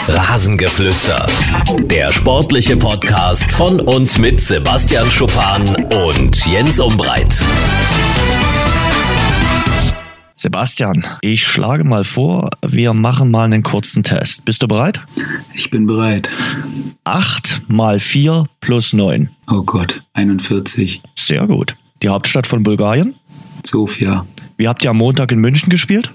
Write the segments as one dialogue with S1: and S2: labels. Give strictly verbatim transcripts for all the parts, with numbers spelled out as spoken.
S1: Rasengeflüster. Der sportliche Podcast von und mit Sebastian Schuppan und Jens Umbreit.
S2: Sebastian, ich schlage mal vor, wir machen mal einen kurzen Test. Bist du bereit?
S3: Ich bin bereit.
S2: acht mal vier plus neun.
S3: Oh Gott, einundvierzig.
S2: Sehr gut. Die Hauptstadt von Bulgarien?
S3: Sofia.
S2: Wie habt ihr am Montag in München gespielt?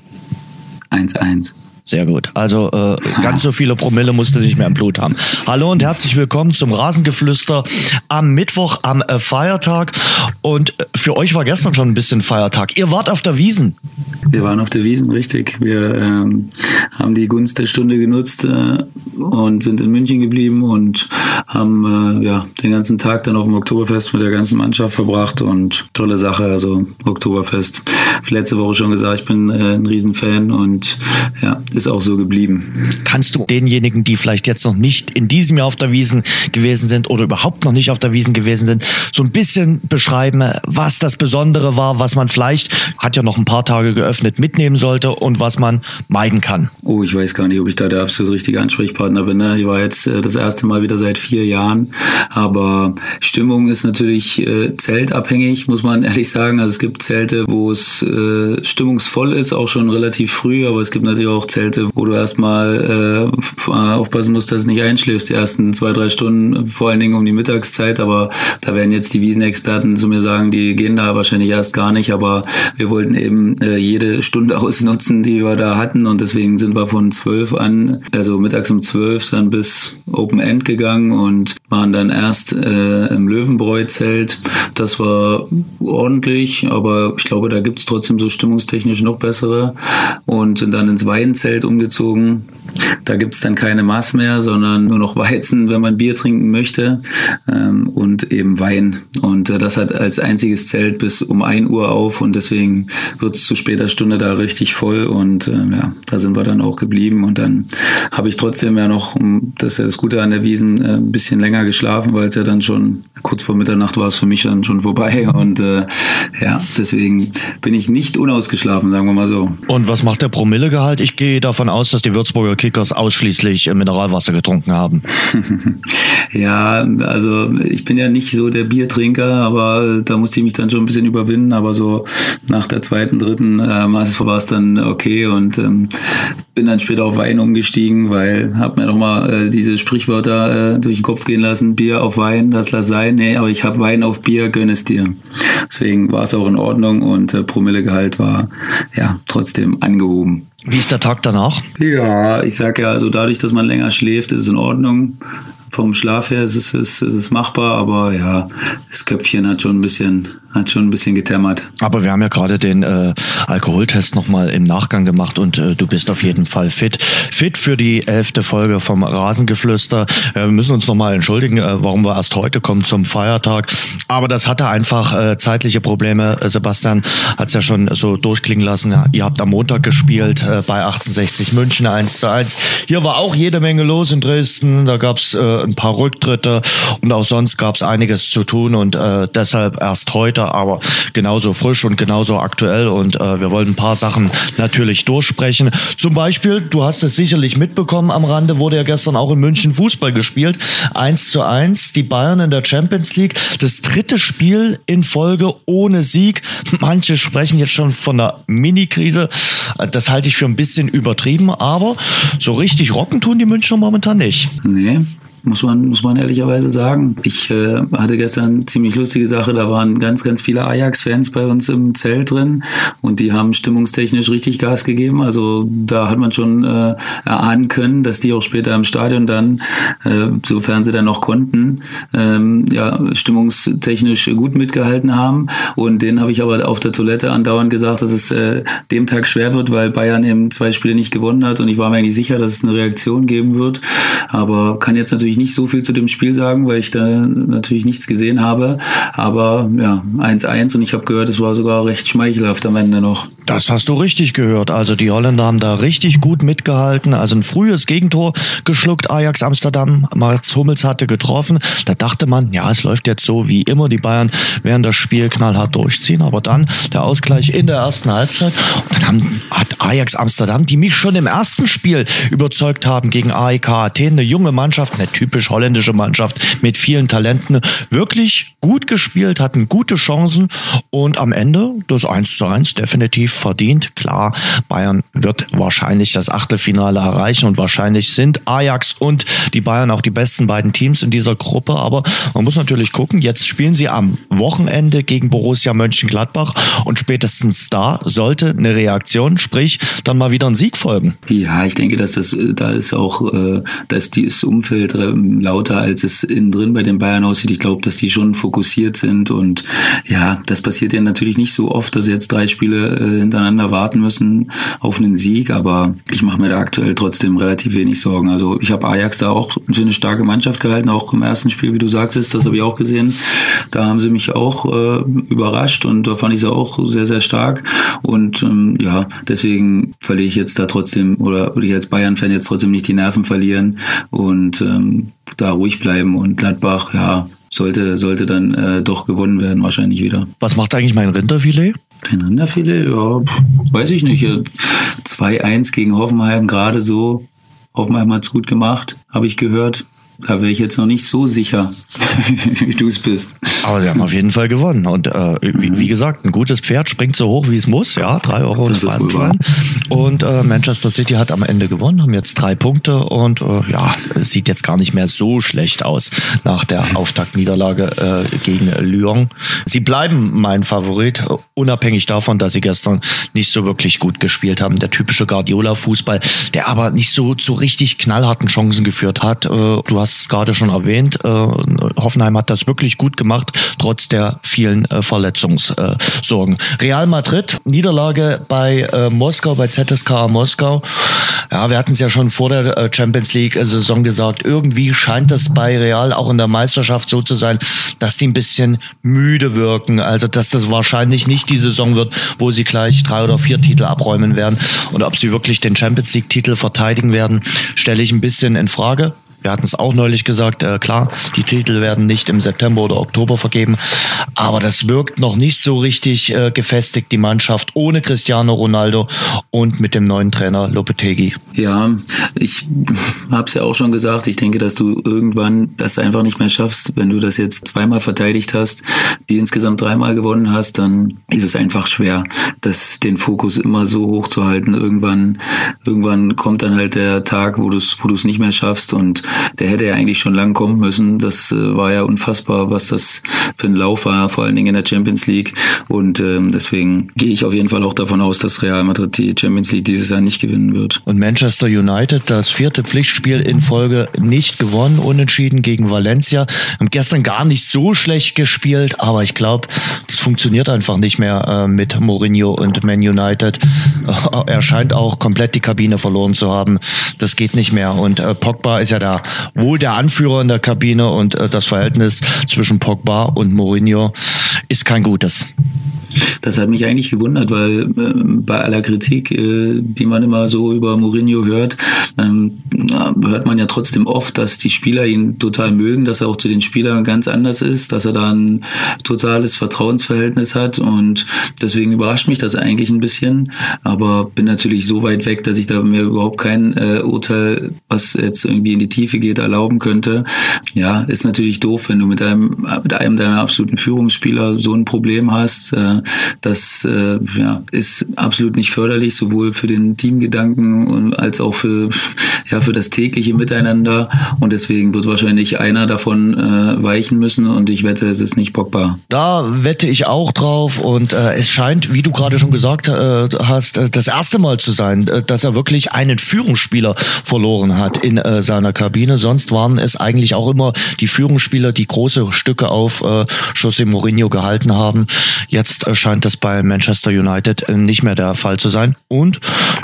S3: eins eins.
S2: Sehr gut. Also äh, ganz so viele Promille musst du nicht mehr im Blut haben. Hallo und herzlich willkommen zum Rasengeflüster am Mittwoch, am äh, Feiertag. Und äh, für euch war gestern schon ein bisschen Feiertag. Ihr wart auf der Wiesn.
S3: Wir waren auf der Wiesn, richtig. Wir ähm, haben die Gunst der Stunde genutzt äh, und sind in München geblieben und haben äh, ja den ganzen Tag dann auf dem Oktoberfest mit der ganzen Mannschaft verbracht und tolle Sache, also Oktoberfest. Ich habe letzte Woche schon gesagt, ich bin äh, ein Riesenfan und ja, ist auch so geblieben.
S2: Kannst du denjenigen, die vielleicht jetzt noch nicht in diesem Jahr auf der Wiesn gewesen sind oder überhaupt noch nicht auf der Wiesn gewesen sind, so ein bisschen beschreiben, was das Besondere war, was man vielleicht, hat ja noch ein paar Tage geöffnet, mitnehmen sollte und was man meiden kann?
S3: Oh, ich weiß gar nicht, ob ich da der absolut richtige Ansprechpartner bin. Ne? Ich war jetzt äh, das erste Mal wieder seit vier Jahren, aber Stimmung ist natürlich äh, zeltabhängig, muss man ehrlich sagen. Also es gibt Zelte, wo es äh, stimmungsvoll ist, auch schon relativ früh, aber es gibt natürlich auch Zelte, wo du erstmal äh, aufpassen musst, dass du nicht einschläfst, die ersten zwei, drei Stunden, vor allen Dingen um die Mittagszeit, aber da werden jetzt die Wiesenexperten zu mir sagen, die gehen da wahrscheinlich erst gar nicht, aber wir wollten eben äh, jede Stunde ausnutzen, die wir da hatten und deswegen sind wir von zwölf an, also mittags um zwölf dann bis Open End gegangen und waren dann erst äh, im Löwenbräu-Zelt. Das war ordentlich, aber ich glaube, da gibt's trotzdem so stimmungstechnisch noch bessere und sind dann ins Weinzelt umgezogen. Da gibt's dann keine Maß mehr, sondern nur noch Weizen, wenn man Bier trinken möchte ähm, und eben Wein. Und äh, das hat als einziges Zelt bis um ein Uhr auf und deswegen wird's zu später Stunde da richtig voll und äh, ja, da sind wir dann auch geblieben und dann habe ich trotzdem ja noch, das ist ja das Gute an der Wiesn, äh, ein bisschen länger geschlafen, weil es ja dann schon kurz vor Mitternacht war es für mich dann schon vorbei und äh, ja, deswegen bin ich nicht unausgeschlafen, sagen wir mal so.
S2: Und was macht der Promillegehalt? Ich gehe davon aus, dass die Würzburger Kickers ausschließlich Mineralwasser getrunken haben.
S3: Ja, also ich bin ja nicht so der Biertrinker, aber da musste ich mich dann schon ein bisschen überwinden, aber so nach der zweiten, dritten äh, Masse war es dann okay und ähm, bin dann später auf Wein umgestiegen, weil hab mir nochmal äh, diese Sprichwörter äh, durch den Kopf gehen lassen, Bier auf Wein, das lass sein, nee, aber ich habe Wein auf Bier, gönn es dir. Deswegen war es auch in Ordnung und äh, Promillegehalt war ja trotzdem angehoben.
S2: Wie ist der Tag danach?
S3: Ja, ich sag ja, also dadurch, dass man länger schläft, ist es in Ordnung. Vom Schlaf her ist es, ist, ist es machbar, aber ja, das Köpfchen hat schon ein bisschen, hat schon ein bisschen getämmert.
S2: Aber wir haben ja gerade den äh, Alkoholtest nochmal im Nachgang gemacht und äh, du bist auf jeden Fall fit. Fit für die elfte Folge vom Rasengeflüster. Äh, wir müssen uns nochmal entschuldigen, äh, warum wir erst heute kommen zum Feiertag. Aber das hatte einfach äh, zeitliche Probleme. Sebastian hat es ja schon so durchklingen lassen. Ja, ihr habt am Montag gespielt äh, bei achtzehnhundertsechzig München eins zu eins. Hier war auch jede Menge los in Dresden. Da gab's äh, ein paar Rücktritte und auch sonst gab es einiges zu tun und äh, deshalb erst heute, aber genauso frisch und genauso aktuell und äh, wir wollen ein paar Sachen natürlich durchsprechen. Zum Beispiel, du hast es sicherlich mitbekommen, am Rande wurde ja gestern auch in München Fußball gespielt. eins zu eins, die Bayern in der Champions League, das dritte Spiel in Folge ohne Sieg. Manche sprechen jetzt schon von einer Mini-Krise. Das halte ich für ein bisschen übertrieben, aber so richtig rocken tun die Münchner momentan nicht.
S3: Nee. Muss man, muss man ehrlicherweise sagen. Ich äh, hatte gestern eine ziemlich lustige Sache, da waren ganz, ganz viele Ajax-Fans bei uns im Zelt drin und die haben stimmungstechnisch richtig Gas gegeben. Also da hat man schon äh, erahnen können, dass die auch später im Stadion dann, äh, sofern sie dann noch konnten, ähm, ja, stimmungstechnisch gut mitgehalten haben. Und denen habe ich aber auf der Toilette andauernd gesagt, dass es äh, dem Tag schwer wird, weil Bayern eben zwei Spiele nicht gewonnen hat und ich war mir eigentlich sicher, dass es eine Reaktion geben wird. Aber kann jetzt natürlich nicht so viel zu dem Spiel sagen, weil ich da natürlich nichts gesehen habe. Aber ja, eins eins und ich habe gehört, es war sogar recht schmeichelhaft am Ende noch.
S2: Das hast du richtig gehört. Also die Holländer haben da richtig gut mitgehalten. Also ein frühes Gegentor geschluckt, Ajax Amsterdam. Mats Hummels hatte getroffen. Da dachte man, ja, es läuft jetzt so wie immer. Die Bayern werden das Spiel knallhart durchziehen. Aber dann der Ausgleich in der ersten Halbzeit. Und dann haben, hat Ajax Amsterdam, die mich schon im ersten Spiel überzeugt haben gegen A E K Athen, eine junge Mannschaft, eine typisch holländische Mannschaft mit vielen Talenten, wirklich gut gespielt, hatten gute Chancen und am Ende das eins zu eins definitiv verdient. Klar, Bayern wird wahrscheinlich das Achtelfinale erreichen und wahrscheinlich sind Ajax und die Bayern auch die besten beiden Teams in dieser Gruppe, aber man muss natürlich gucken, jetzt spielen sie am Wochenende gegen Borussia Mönchengladbach und spätestens da sollte eine Reaktion, sprich dann mal wieder ein Sieg folgen.
S3: Ja, ich denke, dass das, da ist auch, äh, dass das Umfeld lauter als es innen drin bei den Bayern aussieht. Ich glaube, dass die schon fokussiert sind und ja, das passiert ja natürlich nicht so oft, dass sie jetzt drei Spiele äh, hintereinander warten müssen auf einen Sieg, aber ich mache mir da aktuell trotzdem relativ wenig Sorgen. Also ich habe Ajax da auch für eine starke Mannschaft gehalten, auch im ersten Spiel, wie du sagtest, das habe ich auch gesehen. Da haben sie mich auch äh, überrascht und da fand ich sie auch sehr, sehr stark und ähm, ja, deswegen verliere ich jetzt da trotzdem oder würde ich als Bayern-Fan jetzt trotzdem nicht die Nerven verlieren und ähm, da ruhig bleiben und Gladbach, ja, sollte sollte dann äh, doch gewonnen werden wahrscheinlich wieder.
S2: Was macht eigentlich mein Rinderfilet?
S3: Ein Rinderfilet? Ja, weiß ich nicht. zwei eins gegen Hoffenheim, gerade so. Hoffenheim hat's gut gemacht, habe ich gehört. Da wäre ich jetzt noch nicht so sicher, wie du es bist.
S2: Aber sie haben auf jeden Fall gewonnen. Und äh, wie, wie gesagt, ein gutes Pferd springt so hoch, wie es muss. Ja, drei Euro ins Phrasenschwein. Und äh, Manchester City hat am Ende gewonnen, haben jetzt drei Punkte. Und äh, ja, es sieht jetzt gar nicht mehr so schlecht aus nach der Auftaktniederlage äh, gegen Lyon. Sie bleiben mein Favorit, unabhängig davon, dass sie gestern nicht so wirklich gut gespielt haben. Der typische Guardiola-Fußball, der aber nicht so zu richtig knallharten Chancen geführt hat. Äh, du hast es gerade schon erwähnt, äh, Hoffenheim hat das wirklich gut gemacht, trotz der vielen äh, Verletzungssorgen. Äh, Real Madrid, Niederlage bei äh, Moskau, bei Z S K A Moskau. Ja, wir hatten es ja schon vor der äh, Champions League-Saison gesagt, irgendwie scheint das bei Real auch in der Meisterschaft so zu sein, dass die ein bisschen müde wirken, also dass das wahrscheinlich nicht die Saison wird, wo sie gleich drei oder vier Titel abräumen werden und ob sie wirklich den Champions League-Titel verteidigen werden, stelle ich ein bisschen in Frage. Wir hatten es auch neulich gesagt, äh, klar, die Titel werden nicht im September oder Oktober vergeben, aber das wirkt noch nicht so richtig äh, gefestigt, die Mannschaft, ohne Cristiano Ronaldo und mit dem neuen Trainer Lopetegui.
S3: Ja, ich habe es ja auch schon gesagt, ich denke, dass du irgendwann das einfach nicht mehr schaffst, wenn du das jetzt zweimal verteidigt hast, die insgesamt dreimal gewonnen hast, dann ist es einfach schwer, das, den Fokus immer so hoch zu halten. Irgendwann, irgendwann kommt dann halt der Tag, wo du es wo du es nicht mehr schaffst und der hätte ja eigentlich schon lang kommen müssen. Das äh, war ja unfassbar, was das für ein Lauf war, vor allen Dingen in der Champions League. Und ähm, deswegen gehe ich auf jeden Fall auch davon aus, dass Real Madrid die Champions League dieses Jahr nicht gewinnen wird.
S2: Und Manchester United, das vierte Pflichtspiel in Folge nicht gewonnen, unentschieden gegen Valencia. Haben gestern gar nicht so schlecht gespielt, aber ich glaube, das funktioniert einfach nicht mehr äh, mit Mourinho und Man United. Äh, er scheint auch komplett die Kabine verloren zu haben. Das geht nicht mehr. Und äh, Pogba ist ja der wohl der Anführer in der Kabine und äh, das Verhältnis zwischen Pogba und Mourinho ist kein gutes.
S3: Das hat mich eigentlich gewundert, weil äh, bei aller Kritik, äh, die man immer so über Mourinho hört, ähm, hört man ja trotzdem oft, dass die Spieler ihn total mögen, dass er auch zu den Spielern ganz anders ist, dass er da ein totales Vertrauensverhältnis hat und deswegen überrascht mich das eigentlich ein bisschen, aber bin natürlich so weit weg, dass ich da mir überhaupt kein äh, Urteil, was jetzt irgendwie in die Tiefe geht, erlauben könnte. Ja, ist natürlich doof, wenn du mit einem, mit einem deiner absoluten Führungsspieler so ein Problem hast. Äh, Das äh, ja, ist absolut nicht förderlich, sowohl für den Teamgedanken und als auch für, ja, für das tägliche Miteinander. Und deswegen wird wahrscheinlich einer davon äh, weichen müssen. Und ich wette, es ist nicht Pogba.
S2: Da wette ich auch drauf. Und äh, es scheint, wie du gerade schon gesagt äh, hast, das erste Mal zu sein, äh, dass er wirklich einen Führungsspieler verloren hat in äh, seiner Kabine. Sonst waren es eigentlich auch immer die Führungsspieler, die große Stücke auf äh, José Mourinho gehalten haben. Jetzt äh, scheint das bei Manchester United nicht mehr der Fall zu sein. Und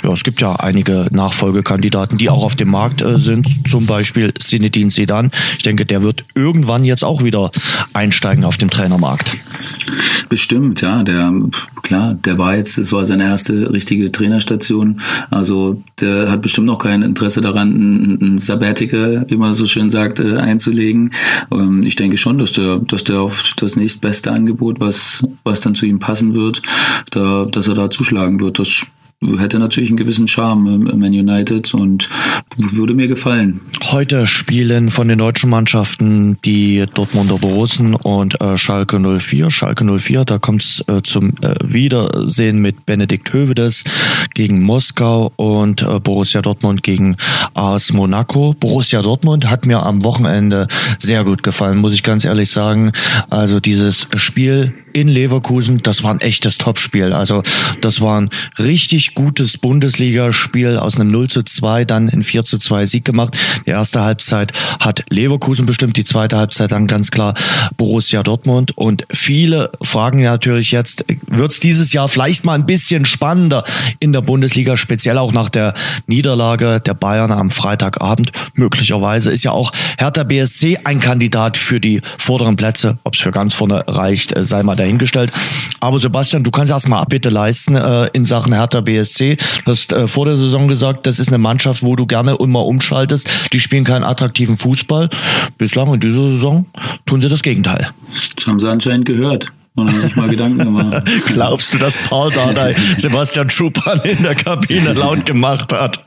S2: ja, es gibt ja einige Nachfolgekandidaten, die auch auf dem Markt äh, sind, zum Beispiel Zinedine Zidane. Ich denke, der wird irgendwann jetzt auch wieder einsteigen auf dem Trainermarkt.
S3: Bestimmt, ja, der, klar, der war jetzt, das war seine erste richtige Trainerstation, also der hat bestimmt noch kein Interesse daran, ein, ein Sabbatical, wie man so schön sagt, äh, einzulegen. Ähm, ich denke schon, dass der, dass der auf das nächstbeste Angebot, was, was dann zu ihm passen wird, da, dass er da zuschlagen wird. Das hätte natürlich einen gewissen Charme im Man United und würde mir gefallen.
S2: Heute spielen von den deutschen Mannschaften die Dortmunder Borussen und äh, Schalke null vier. Schalke null vier, da kommt es äh, zum äh, Wiedersehen mit Benedikt Hövedes gegen Moskau und äh, Borussia Dortmund gegen A S Monaco. Borussia Dortmund hat mir am Wochenende sehr gut gefallen, muss ich ganz ehrlich sagen. Also dieses Spiel in Leverkusen, das war ein echtes Topspiel. Also das war ein richtig gutes Bundesligaspiel, aus einem null zu zwei dann ein vier zu zwei Sieg gemacht. Die erste Halbzeit hat Leverkusen bestimmt, die zweite Halbzeit dann ganz klar Borussia Dortmund. Und viele fragen ja natürlich jetzt, wird es dieses Jahr vielleicht mal ein bisschen spannender in der Bundesliga, speziell auch nach der Niederlage der Bayern am Freitagabend. Möglicherweise ist ja auch Hertha B S C ein Kandidat für die vorderen Plätze. Ob es für ganz vorne reicht, sei mal dahingestellt. Aber Sebastian, du kannst erstmal Abbitte leisten äh, in Sachen Hertha B S C. Du hast äh, vor der Saison gesagt, das ist eine Mannschaft, wo du gerne immer umschaltest. Die spielen keinen attraktiven Fußball. Bislang in dieser Saison tun sie das Gegenteil.
S3: Das haben sie anscheinend gehört. Und haben sich mal Gedanken gemacht.
S2: Glaubst du, dass Paul Dardai Sebastian Schuppan in der Kabine laut gemacht hat?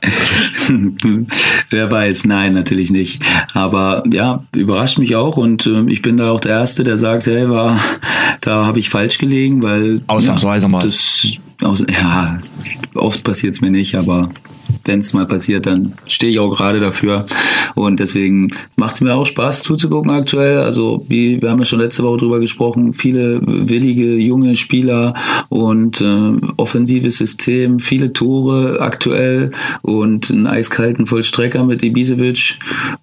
S3: Wer weiß, nein, natürlich nicht. Aber ja, überrascht mich auch und äh, ich bin da auch der Erste, der sagt, hey, war, da habe ich falsch gelegen, weil
S2: ausnahmsweise
S3: ja,
S2: mal.
S3: Das, aus, ja, oft passiert es mir nicht, aber wenn es mal passiert, dann stehe ich auch gerade dafür. Und deswegen macht es mir auch Spaß zuzugucken aktuell. Also wie wir haben ja schon letzte Woche drüber gesprochen, viele willige junge Spieler und äh, offensives System, viele Tore aktuell und einen eiskalten Vollstrecker mit Ibisevic.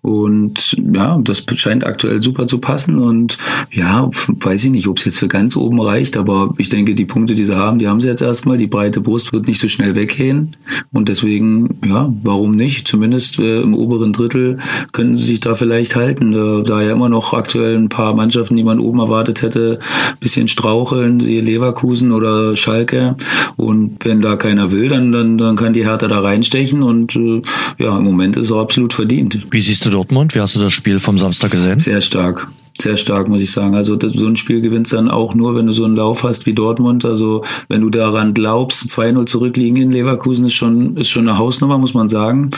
S3: Und ja, das scheint aktuell super zu passen. Und ja, weiß ich nicht, ob es jetzt für ganz oben reicht, aber ich denke, die Punkte, die sie haben, die haben sie jetzt erstmal. Die breite Brust wird nicht so schnell weggehen. Und deswegen, ja, warum nicht? Zumindest äh, im oberen Drittel können sie sich da vielleicht halten. Da, da ja immer noch aktuell ein paar Mannschaften, die man oben erwartet hätte, ein bisschen straucheln, wie Leverkusen oder Schalke. Und wenn da keiner will, dann, dann, dann kann die Hertha da reinstechen. Und äh, ja, im Moment ist es auch absolut verdient.
S2: Wie siehst du Dortmund? Wie hast du das Spiel vom Samstag gesehen?
S3: Sehr stark. Sehr stark, muss ich sagen. Also das, so ein Spiel gewinnst dann auch nur, wenn du so einen Lauf hast wie Dortmund. Also wenn du daran glaubst, zwei null zurückliegen in Leverkusen ist schon ist schon eine Hausnummer, muss man sagen.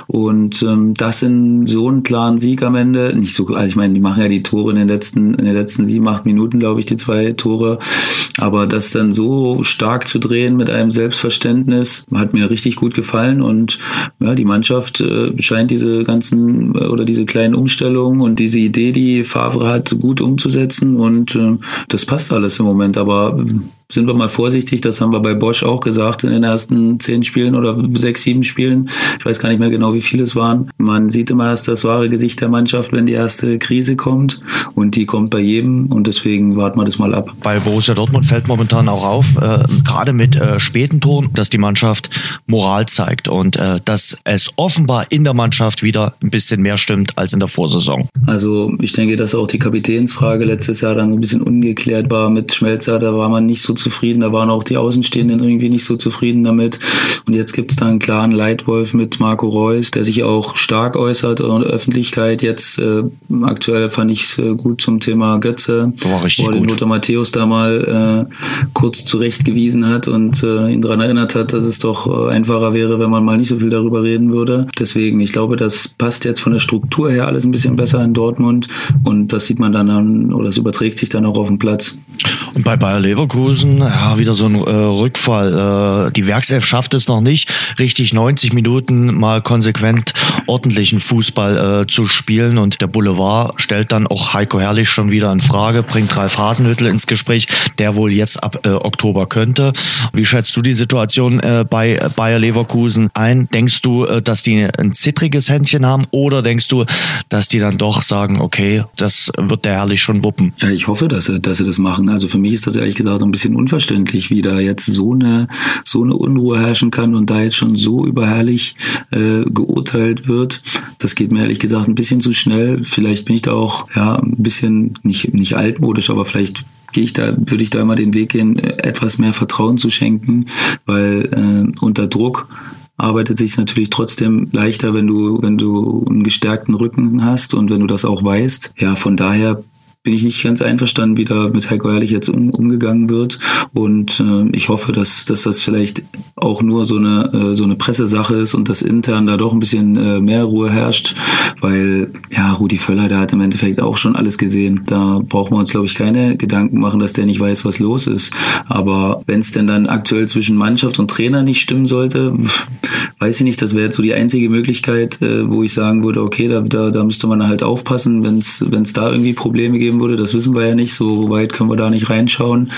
S3: Und ähm, das in so einen klaren Sieg am Ende, nicht so, also ich meine, die machen ja die Tore in den letzten in den letzten sieben, acht Minuten, glaube ich, die zwei Tore. Aber das dann so stark zu drehen mit einem Selbstverständnis, hat mir richtig gut gefallen. Und ja, die Mannschaft äh, scheint diese ganzen äh, oder diese kleinen Umstellungen und diese Idee, die Favre hat, gut umzusetzen und äh, das passt alles im Moment, aber äh, sind wir mal vorsichtig, das haben wir bei Bosch auch gesagt in den ersten zehn Spielen oder sechs, sieben Spielen, ich weiß gar nicht mehr genau, wie viele es waren. Man sieht immer erst das wahre Gesicht der Mannschaft, wenn die erste Krise kommt und die kommt bei jedem und deswegen warten wir das mal ab.
S2: Bei Borussia Dortmund fällt momentan auch auf, äh, gerade mit äh, späten Toren, dass die Mannschaft Moral zeigt und äh, dass es offenbar in der Mannschaft wieder ein bisschen mehr stimmt als in der Vorsaison.
S3: Also ich denke, dass auch die Kapitänsfrage letztes Jahr dann ein bisschen ungeklärt war mit Schmelzer, da war man nicht so zufrieden, da waren auch die Außenstehenden irgendwie nicht so zufrieden damit und jetzt gibt es da einen klaren Leitwolf mit Marco Reus, der sich auch stark äußert in der Öffentlichkeit. Jetzt äh, aktuell fand ich es äh, gut zum Thema Götze,
S2: war richtig
S3: wo den Lothar Matthäus da mal äh, kurz zurechtgewiesen hat und äh, ihn daran erinnert hat, dass es doch äh, einfacher wäre, wenn man mal nicht so viel darüber reden würde. Deswegen, ich glaube, das passt jetzt von der Struktur her alles ein bisschen besser in Dortmund und das sieht man dann an, oder es überträgt sich dann auch auf den Platz.
S2: Und bei Bayer Leverkusen, ja, wieder so ein äh, Rückfall. Äh, die Werkself schafft es noch nicht, richtig neunzig Minuten mal konsequent ordentlichen Fußball äh, zu spielen. Und der Boulevard stellt dann auch Heiko Herrlich schon wieder in Frage, bringt Ralf Hasenhüttl ins Gespräch, der wohl jetzt ab äh, Oktober könnte. Wie schätzt du die Situation äh, bei Bayer Leverkusen ein? Denkst du, äh, dass die ein zittriges Händchen haben oder denkst du, dass die dann doch sagen, okay, das wird der Herrlich schon wuppen?
S3: Ja, ich hoffe, dass sie, dass sie das machen. sagen. Also für mich ist das ehrlich gesagt ein bisschen unverständlich, wie da jetzt so eine so eine Unruhe herrschen kann und da jetzt schon so überherrlich äh, geurteilt wird. Das geht mir ehrlich gesagt ein bisschen zu schnell. Vielleicht bin ich da auch ja ein bisschen nicht nicht altmodisch, aber vielleicht gehe ich da, würde ich da immer den Weg gehen, etwas mehr Vertrauen zu schenken, weil äh, unter Druck arbeitet sich natürlich trotzdem leichter, wenn du, wenn du einen gestärkten Rücken hast und wenn du das auch weißt. Ja, von daher bin ich nicht ganz einverstanden, wie da mit Heiko Herrlich jetzt um, umgegangen wird. Und äh, ich hoffe, dass, dass das vielleicht auch nur so eine, äh, so eine Pressesache ist und dass intern da doch ein bisschen äh, mehr Ruhe herrscht, weil ja, Rudi Völler, der hat im Endeffekt auch schon alles gesehen. Da brauchen wir uns, glaube ich, keine Gedanken machen, dass der nicht weiß, was los ist. Aber wenn es denn dann aktuell zwischen Mannschaft und Trainer nicht stimmen sollte, weiß ich nicht, das wäre jetzt so die einzige Möglichkeit, äh, wo ich sagen würde, okay, da, da, da müsste man halt aufpassen, wenn es wenn es da irgendwie Probleme geben würde, das wissen wir ja nicht, so weit können wir da nicht reinschauen.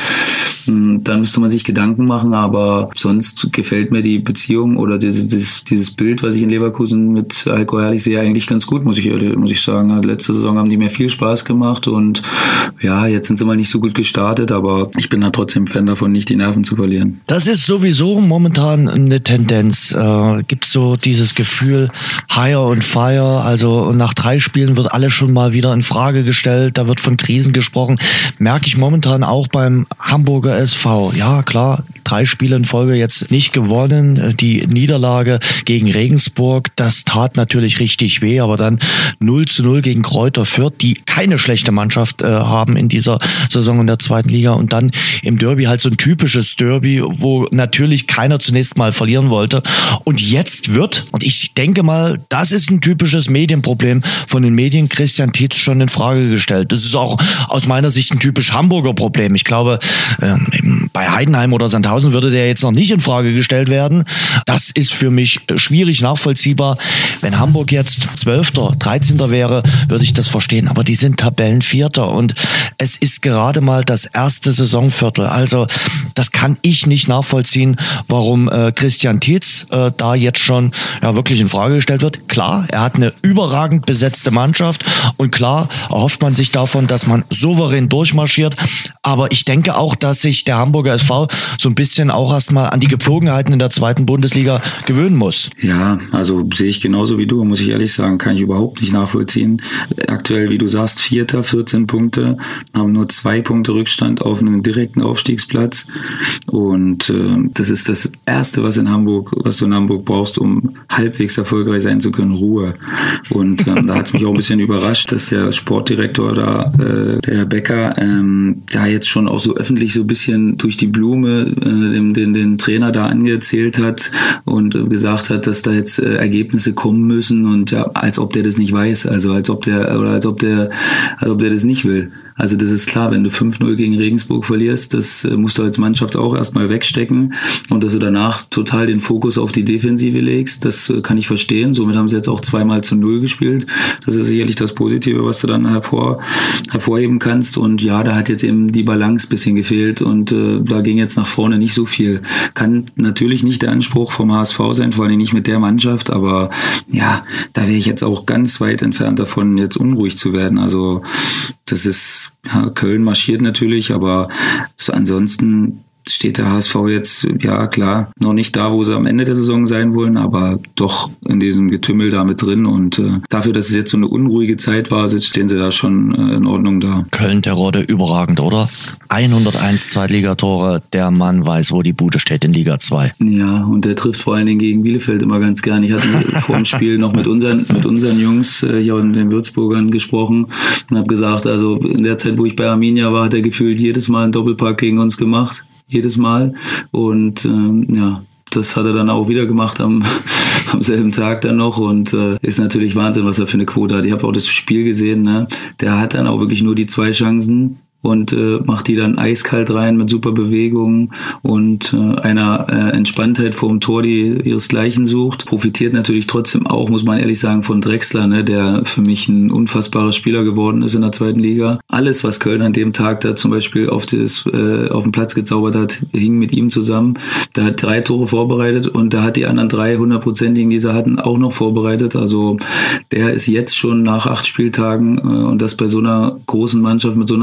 S3: Dann müsste man sich Gedanken machen, aber sonst gefällt mir die Beziehung oder dieses, dieses, dieses Bild, was ich in Leverkusen mit Heiko Herrlich sehe, eigentlich ganz gut, muss ich, muss ich sagen. Letzte Saison haben die mir viel Spaß gemacht und ja, jetzt sind sie mal nicht so gut gestartet, aber ich bin da trotzdem Fan davon, nicht die Nerven zu verlieren.
S2: Das ist sowieso momentan eine Tendenz. Äh, gibt es so dieses Gefühl, Hire und Fire, also nach drei Spielen wird alles schon mal wieder in Frage gestellt, da wird von Krisen gesprochen. Merke ich momentan auch beim Hamburger S V. Ja, klar, drei Spiele in Folge jetzt nicht gewonnen. Die Niederlage gegen Regensburg, das tat natürlich richtig weh, aber dann null zu null gegen Kräuter Fürth, die keine schlechte Mannschaft äh, haben in dieser Saison in der zweiten Liga und dann im Derby halt so ein typisches Derby, wo natürlich keiner zunächst mal verlieren wollte und jetzt wird, und ich denke mal, das ist ein typisches Medienproblem von den Medien, Christian Tietz schon in Frage gestellt. Das ist auch aus meiner Sicht ein typisch Hamburger Problem. Ich glaube, äh, bei Heidenheim oder Sandhausen würde der jetzt noch nicht in Frage gestellt werden. Das ist für mich schwierig nachvollziehbar. Wenn Hamburg jetzt Zwölfter, Dreizehnter wäre, würde ich das verstehen. Aber die sind Tabellenvierter und es ist gerade mal das erste Saisonviertel. Also das kann ich nicht nachvollziehen, warum äh, Christian Tietz äh, da jetzt schon ja wirklich in Frage gestellt wird. Klar, er hat eine überragend besetzte Mannschaft und klar erhofft man sich davon, dass man souverän durchmarschiert. Aber ich denke auch, dass sich der Hamburger S V so ein bisschen auch erstmal an die Gepflogenheiten in der zweiten Bundesliga gewöhnen muss.
S3: Ja, also sehe ich genauso wie du, muss ich ehrlich sagen, kann ich überhaupt nicht nachvollziehen. Aktuell, wie du sagst, Vierter, vierzehn Punkte, haben nur zwei Punkte Rückstand auf einen direkten Aufstiegsplatz und äh, das ist das Erste, was in Hamburg, was du in Hamburg brauchst, um halbwegs erfolgreich sein zu können, Ruhe. Und ähm, da hat es mich auch ein bisschen überrascht, dass der Sportdirektor da, äh, der Herr Becker, ähm, da jetzt schon auch so öffentlich so ein bisschen durch die Blume äh, den, den, den Trainer da angezählt hat und äh, gesagt hat, dass da jetzt äh, Ergebnisse kommen müssen und ja, als ob der das nicht weiß, also als ob der oder als ob der als ob der das nicht will. Also das ist klar, wenn du fünf null gegen Regensburg verlierst, das äh, musst du als Mannschaft auch erstmal wegstecken und dass du danach total den Fokus auf die Defensive legst, das äh, kann ich verstehen. Somit haben sie jetzt auch zweimal zu null gespielt. Das ist sicherlich das Positive, was du dann hervor, hervorheben kannst und ja, da hat jetzt eben die Balance ein bisschen gefehlt und äh, da ging jetzt nach vorne nicht so viel. Kann natürlich nicht der Anspruch vom H S V sein, vor allem nicht mit der Mannschaft, aber ja, da wäre ich jetzt auch ganz weit entfernt davon, jetzt unruhig zu werden. Also das ist, ja, Köln marschiert natürlich, aber so ansonsten steht der H S V jetzt, ja klar, noch nicht da, wo sie am Ende der Saison sein wollen, aber doch in diesem Getümmel da mit drin und äh, dafür, dass es jetzt so eine unruhige Zeit war, stehen sie da schon äh, in Ordnung da.
S2: Köln-Terodde überragend, oder? hunderteins Zweitligatore, der Mann weiß, wo die Bude steht in Liga zwei.
S3: Ja, und der trifft vor allen Dingen gegen Bielefeld immer ganz gern. Ich hatte vor dem Spiel noch mit unseren, mit unseren Jungs äh, hier und den Würzburgern gesprochen und habe gesagt, also in der Zeit, wo ich bei Arminia war, hat er gefühlt jedes Mal einen Doppelpack gegen uns gemacht. Jedes Mal. Und ähm, ja, das hat er dann auch wieder gemacht am, am selben Tag dann noch und äh, ist natürlich Wahnsinn, was er für eine Quote hat. Ich habe auch das Spiel gesehen, ne? Der hat dann auch wirklich nur die zwei Chancen und äh, macht die dann eiskalt rein mit super Bewegungen und äh, einer äh, Entspanntheit vor dem Tor, die ihresgleichen sucht. Profitiert natürlich trotzdem auch, muss man ehrlich sagen, von Drexler, ne, der für mich ein unfassbarer Spieler geworden ist in der zweiten Liga. Alles, was Köln an dem Tag da zum Beispiel auf, das, äh, auf den Platz gezaubert hat, hing mit ihm zusammen. Der hat drei Tore vorbereitet und der hat die anderen drei hundertprozentigen, die sie hatten, auch noch vorbereitet. Also der ist jetzt schon nach acht Spieltagen äh, und das bei so einer großen Mannschaft mit so einer Tradition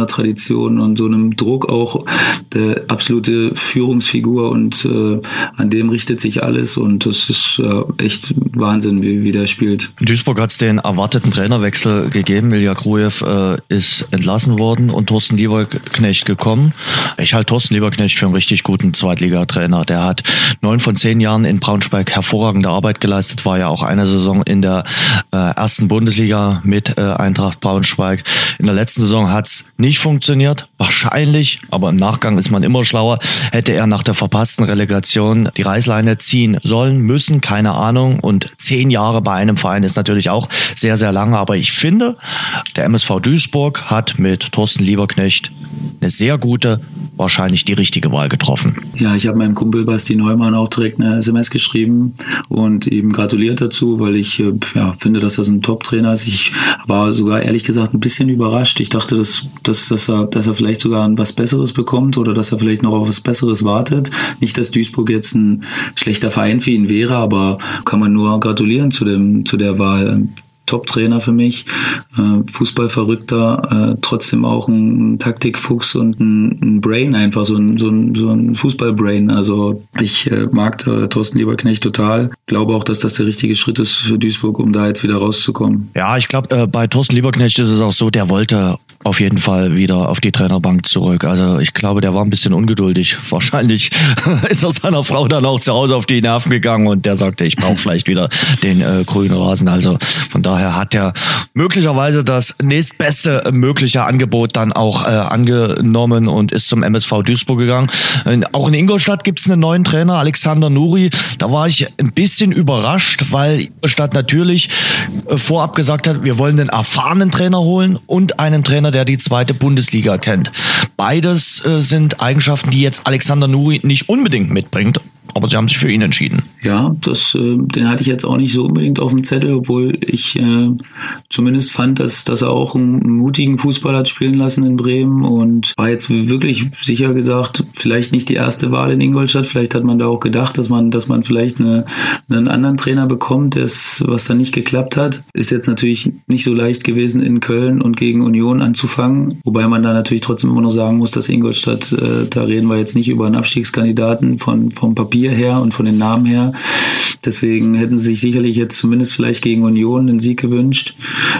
S3: Situation und so einem Druck auch der absolute Führungsfigur und äh, an dem richtet sich alles und das ist äh, echt Wahnsinn, wie, wie der spielt.
S2: In Duisburg hat es den erwarteten Trainerwechsel gegeben. Milja Grujew äh, ist entlassen worden und Thorsten Lieberknecht gekommen. Ich halte Thorsten Lieberknecht für einen richtig guten Zweitligatrainer. Der hat neun von zehn Jahren in Braunschweig hervorragende Arbeit geleistet, war ja auch eine Saison in der äh, ersten Bundesliga mit äh, Eintracht Braunschweig. In der letzten Saison hat es nicht funktioniert, wahrscheinlich, aber im Nachgang ist man immer schlauer. Hätte er nach der verpassten Relegation die Reißleine ziehen sollen, müssen, keine Ahnung. Und zehn Jahre bei einem Verein ist natürlich auch sehr, sehr lange. Aber ich finde, der M S V Duisburg hat mit Thorsten Lieberknecht eine sehr gute, wahrscheinlich die richtige Wahl getroffen.
S3: Ja, ich habe meinem Kumpel Basti Neumann auch direkt eine S M S geschrieben und ihm gratuliert dazu, weil ich ja, finde, dass das ein Top-Trainer ist. Ich war sogar ehrlich gesagt ein bisschen überrascht. Ich dachte, dass, dass, dass, er, dass er vielleicht sogar was Besseres bekommt oder dass er vielleicht noch auf was Besseres wartet. Nicht, dass Duisburg jetzt ein schlechter Verein für ihn wäre, aber kann man nur gratulieren zu, dem, zu der Wahl. Top-Trainer für mich, äh, Fußballverrückter, äh, trotzdem auch ein Taktikfuchs und ein, ein Brain einfach, so ein, so ein, so ein Fußball-Brain. Also ich äh, mag äh, Thorsten Lieberknecht total. Glaube auch, dass das der richtige Schritt ist für Duisburg, um da jetzt wieder rauszukommen.
S2: Ja, ich glaube, äh, bei Thorsten Lieberknecht ist es auch so, der wollte auf jeden Fall wieder auf die Trainerbank zurück. Also ich glaube, der war ein bisschen ungeduldig. Wahrscheinlich ist er seiner Frau dann auch zu Hause auf die Nerven gegangen und der sagte, ich brauche vielleicht wieder den äh, grünen Rasen. Also von daher hat er möglicherweise das nächstbeste mögliche Angebot dann auch äh, angenommen und ist zum M S V Duisburg gegangen. Äh, auch in Ingolstadt gibt es einen neuen Trainer, Alexander Nuri. Da war ich ein bisschen überrascht, weil Ingolstadt natürlich äh, vorab gesagt hat, wir wollen einen erfahrenen Trainer holen und einen Trainer, der die zweite Bundesliga kennt. Beides äh, sind Eigenschaften, die jetzt Alexander Nuri nicht unbedingt mitbringt. Aber sie haben sich für ihn entschieden.
S3: Ja, das, äh, den hatte ich jetzt auch nicht so unbedingt auf dem Zettel, obwohl ich äh, zumindest fand, dass, dass er auch einen mutigen Fußball hat spielen lassen in Bremen und war jetzt wirklich sicher gesagt, vielleicht nicht die erste Wahl in Ingolstadt. Vielleicht hat man da auch gedacht, dass man, dass man vielleicht eine, einen anderen Trainer bekommt, das, was dann nicht geklappt hat. Ist jetzt natürlich nicht so leicht gewesen, in Köln und gegen Union anzufangen. Wobei man da natürlich trotzdem immer noch sagen muss, dass Ingolstadt, äh, da reden wir jetzt nicht über einen Abstiegskandidaten von, vom Papier her und von den Namen her. Deswegen hätten sie sich sicherlich jetzt zumindest vielleicht gegen Union einen Sieg gewünscht.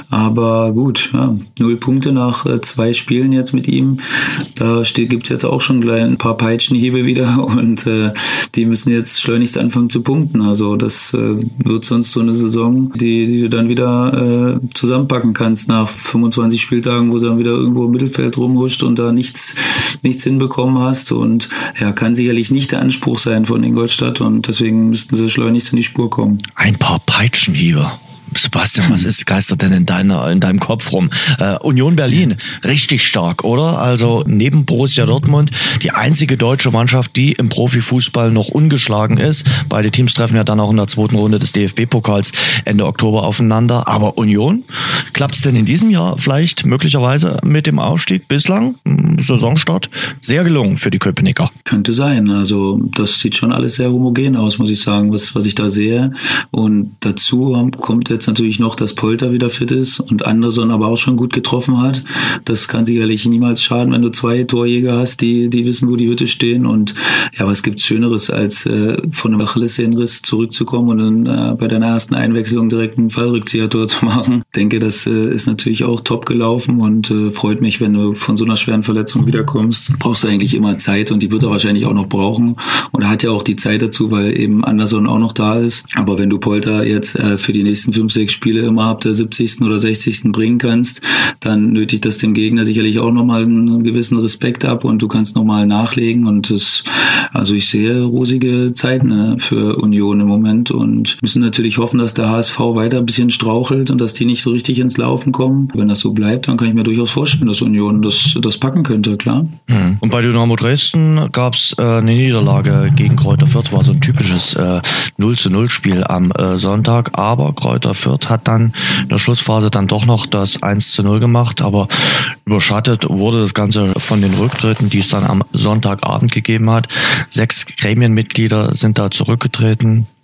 S3: Aber gut, ja, null Punkte nach äh, zwei Spielen jetzt mit ihm. Da gibt es jetzt auch schon gleich ein paar Peitschenhiebe wieder und äh, die müssen jetzt schleunigst anfangen zu punkten. Also das äh, wird sonst so eine Saison, die, die du dann wieder äh, zusammenpacken kannst nach fünfundzwanzig Spieltagen, wo du dann wieder irgendwo im Mittelfeld rumhuscht und da nichts, nichts hinbekommen hast. Und ja, kann sicherlich nicht der Anspruch sein von Ingolstadt und deswegen müssten sie schleunigst in die Spur kommen.
S2: Ein paar Peitschenhiebe. Sebastian, was ist geistert denn in deiner, in deinem Kopf rum? Äh, Union Berlin, richtig stark, oder? Also neben Borussia Dortmund die einzige deutsche Mannschaft, die im Profifußball noch ungeschlagen ist. Beide Teams treffen ja dann auch in der zweiten Runde des D F B-Pokals Ende Oktober aufeinander. Aber Union, klappt es denn in diesem Jahr vielleicht möglicherweise mit dem Aufstieg? Bislang, Saisonstart, sehr gelungen für die Köpenicker.
S3: Könnte sein. Also das sieht schon alles sehr homogen aus, muss ich sagen, was, was ich da sehe. Und dazu kommt jetzt natürlich noch, dass Polter wieder fit ist und Anderson aber auch schon gut getroffen hat. Das kann sicherlich niemals schaden, wenn du zwei Torjäger hast, die, die wissen, wo die Hütte stehen. Und ja, was gibt's Schöneres, als äh, von einem Achillessehnenriss zurückzukommen und dann äh, bei deiner ersten Einwechslung direkt ein Fallrückzieher-Tor zu machen. Ich denke, das äh, ist natürlich auch top gelaufen und äh, freut mich, wenn du von so einer schweren Verletzung wiederkommst. Brauchst du eigentlich immer Zeit und die wird er wahrscheinlich auch noch brauchen. Und er hat ja auch die Zeit dazu, weil eben Anderson auch noch da ist. Aber wenn du Polter jetzt äh, für die nächsten fünf, sechs Spiele immer ab der siebzigsten oder sechzigsten bringen kannst, dann nötigt das dem Gegner sicherlich auch nochmal einen gewissen Respekt ab und du kannst nochmal nachlegen und das, also ich sehe rosige Zeiten ne, für Union im Moment und müssen natürlich hoffen, dass der H S V weiter ein bisschen strauchelt und dass die nicht so richtig ins Laufen kommen. Wenn das so bleibt, dann kann ich mir durchaus vorstellen, dass Union das, das packen könnte, klar.
S2: Und bei Dynamo Dresden gab es äh, eine Niederlage gegen Kräuter Fürth, war so ein typisches äh, null zu null Spiel am äh, Sonntag, aber Kräuter Fürth hat dann in der Schlussphase dann doch noch das eins zu null gemacht, aber überschattet wurde das Ganze von den Rücktritten, die es dann am Sonntagabend gegeben hat. Sechs Gremienmitglieder sind da zurückgetreten.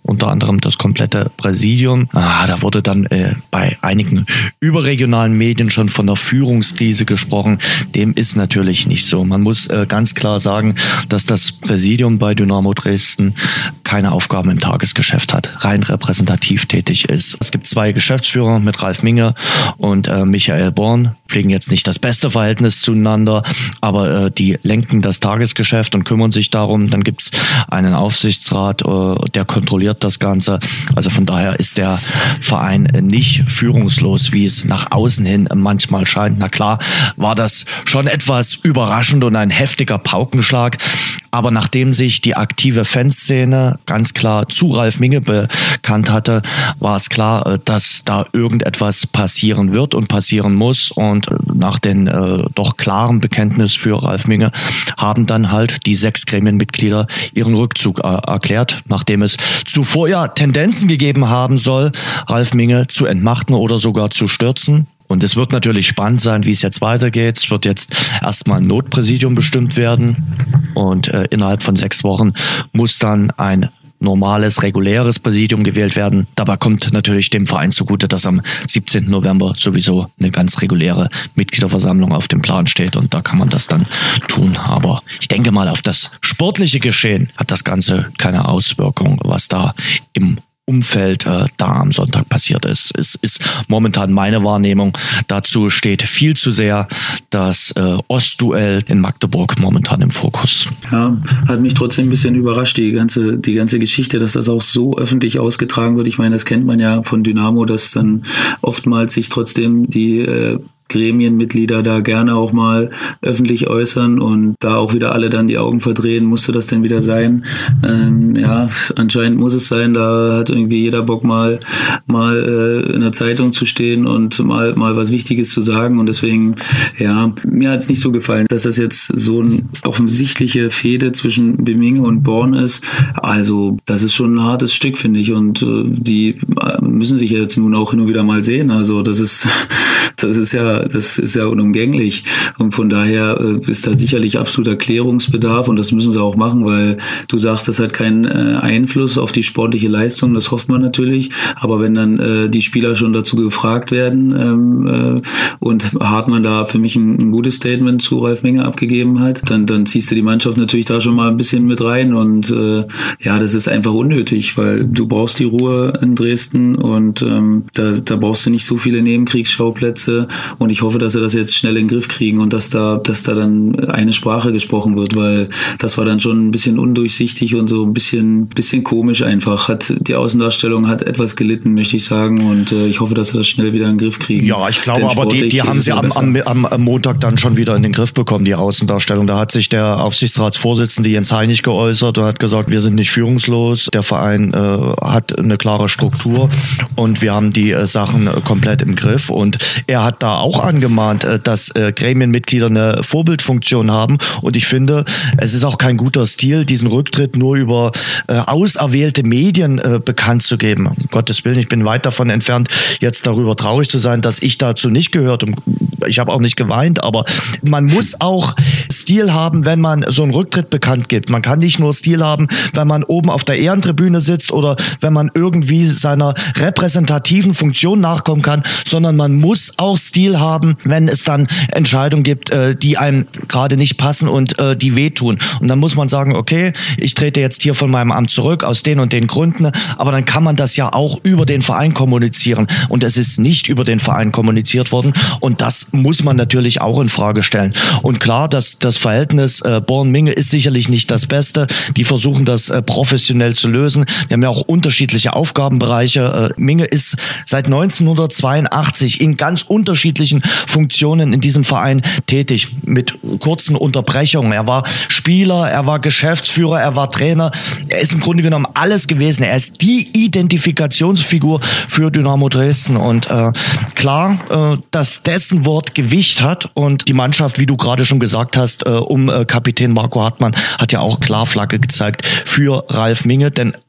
S2: unter anderem das komplette Präsidium. Ah, da wurde dann äh, bei einigen überregionalen Medien schon von der Führungskrise gesprochen. Dem ist natürlich nicht so. Man muss äh, ganz klar sagen, dass das Präsidium bei Dynamo Dresden keine Aufgaben im Tagesgeschäft hat, rein repräsentativ tätig ist. Es gibt zwei Geschäftsführer mit Ralf Minge und äh, Michael Born, pflegen jetzt nicht das beste Verhältnis zueinander, aber äh, die lenken das Tagesgeschäft und kümmern sich darum. Dann gibt's einen Aufsichtsrat, äh, der kontrolliert das Ganze. Also von daher ist der Verein nicht führungslos, wie es nach außen hin manchmal scheint. Na klar, war das schon etwas überraschend und ein heftiger Paukenschlag. Aber nachdem sich die aktive Fanszene ganz klar zu Ralf Minge bekannt hatte, war es klar, dass da irgendetwas passieren wird und passieren muss. Und nach dem äh, doch klaren Bekenntnis für Ralf Minge haben dann halt die sechs Gremienmitglieder ihren Rückzug äh, erklärt, nachdem es zuvor ja Tendenzen gegeben haben soll, Ralf Minge zu entmachten oder sogar zu stürzen. Und es wird natürlich spannend sein, wie es jetzt weitergeht. Es wird jetzt erstmal ein Notpräsidium bestimmt werden und äh, innerhalb von sechs Wochen muss dann ein normales, reguläres Präsidium gewählt werden. Dabei kommt natürlich dem Verein zugute, dass am siebzehnten November sowieso eine ganz reguläre Mitgliederversammlung auf dem Plan steht und da kann man das dann tun. Aber ich denke mal, auf das sportliche Geschehen hat das Ganze keine Auswirkung, was da im Umfeld äh, da am Sonntag passiert ist. Es ist momentan meine Wahrnehmung. Dazu steht viel zu sehr das äh, Ostduell in Magdeburg momentan im Fokus.
S3: Ja, hat mich trotzdem ein bisschen überrascht, die ganze, die ganze Geschichte, dass das auch so öffentlich ausgetragen wird. Ich meine, das kennt man ja von Dynamo, dass dann oftmals sich trotzdem die äh, Gremienmitglieder da gerne auch mal öffentlich äußern und da auch wieder alle dann die Augen verdrehen. Musste das denn wieder sein? Ähm, ja, anscheinend muss es sein. Da hat irgendwie jeder Bock mal mal äh, in der Zeitung zu stehen und mal mal was Wichtiges zu sagen und deswegen, ja, mir hat es nicht so gefallen, dass das jetzt so eine offensichtliche Fehde zwischen Minge und Born ist. Also das ist schon ein hartes Stück, finde ich, und äh, die müssen sich jetzt nun auch hin und wieder mal sehen. Also das ist das ist ja Das ist ja unumgänglich und von daher äh, ist da sicherlich absoluter Klärungsbedarf und das müssen sie auch machen, weil du sagst, das hat keinen äh, Einfluss auf die sportliche Leistung, das hofft man natürlich, aber wenn dann äh, die Spieler schon dazu gefragt werden ähm, äh, und Hartmann da für mich ein, ein gutes Statement zu Ralf Minge abgegeben hat, dann, dann ziehst du die Mannschaft natürlich da schon mal ein bisschen mit rein und äh, ja, das ist einfach unnötig, weil du brauchst die Ruhe in Dresden und ähm, da, da brauchst du nicht so viele Nebenkriegsschauplätze. Und ich hoffe, dass sie das jetzt schnell in den Griff kriegen und dass da, dass da dann eine Sprache gesprochen wird, weil das war dann schon ein bisschen undurchsichtig und so ein bisschen, bisschen komisch einfach. Hat, die Außendarstellung hat etwas gelitten, möchte ich sagen. Und äh, ich hoffe, dass sie das schnell wieder in den Griff kriegen.
S2: Ja, ich glaube, aber die, die haben sie am, am, am Montag dann schon wieder in den Griff bekommen, die Außendarstellung. Da hat sich der Aufsichtsratsvorsitzende Jens Heinig geäußert und hat gesagt, wir sind nicht führungslos. Der Verein äh, hat eine klare Struktur und wir haben die äh, Sachen äh, komplett im Griff. Und er hat da auch angemahnt, dass äh, Gremienmitglieder eine Vorbildfunktion haben und ich finde, es ist auch kein guter Stil, diesen Rücktritt nur über äh, auserwählte Medien äh, bekannt zu geben. Um Gottes Willen, ich bin weit davon entfernt, jetzt darüber traurig zu sein, dass ich dazu nicht gehört und ich habe auch nicht geweint, aber man muss auch Stil haben, wenn man so einen Rücktritt bekannt gibt. Man kann nicht nur Stil haben, wenn man oben auf der Ehrentribüne sitzt oder wenn man irgendwie seiner repräsentativen Funktion nachkommen kann, sondern man muss auch Stil haben, wenn es dann Entscheidungen gibt, die einem gerade nicht passen und die wehtun. Und dann muss man sagen, okay, ich trete jetzt hier von meinem Amt zurück aus den und den Gründen, aber dann kann man das ja auch über den Verein kommunizieren. Und es ist nicht über den Verein kommuniziert worden und das muss man natürlich auch in Frage stellen. Und klar, dass das Verhältnis äh, Born-Minge ist sicherlich nicht das Beste. Die versuchen das äh, professionell zu lösen. Wir haben ja auch unterschiedliche Aufgabenbereiche. Äh, Minge ist seit neunzehnhundertzweiundachtzig in ganz unterschiedlichen Funktionen in diesem Verein tätig, mit kurzen Unterbrechungen. Er war Spieler, er war Geschäftsführer, er war Trainer. Er ist im Grunde genommen alles gewesen. Er ist die Identifikationsfigur für Dynamo Dresden. Und äh, klar, äh, dass dessen Wort Gewicht hat und die Mannschaft, wie du gerade schon gesagt hast, äh, um äh, Kapitän Marco Hartmann hat ja auch klar Flagge gezeigt für Ralf Minge, denn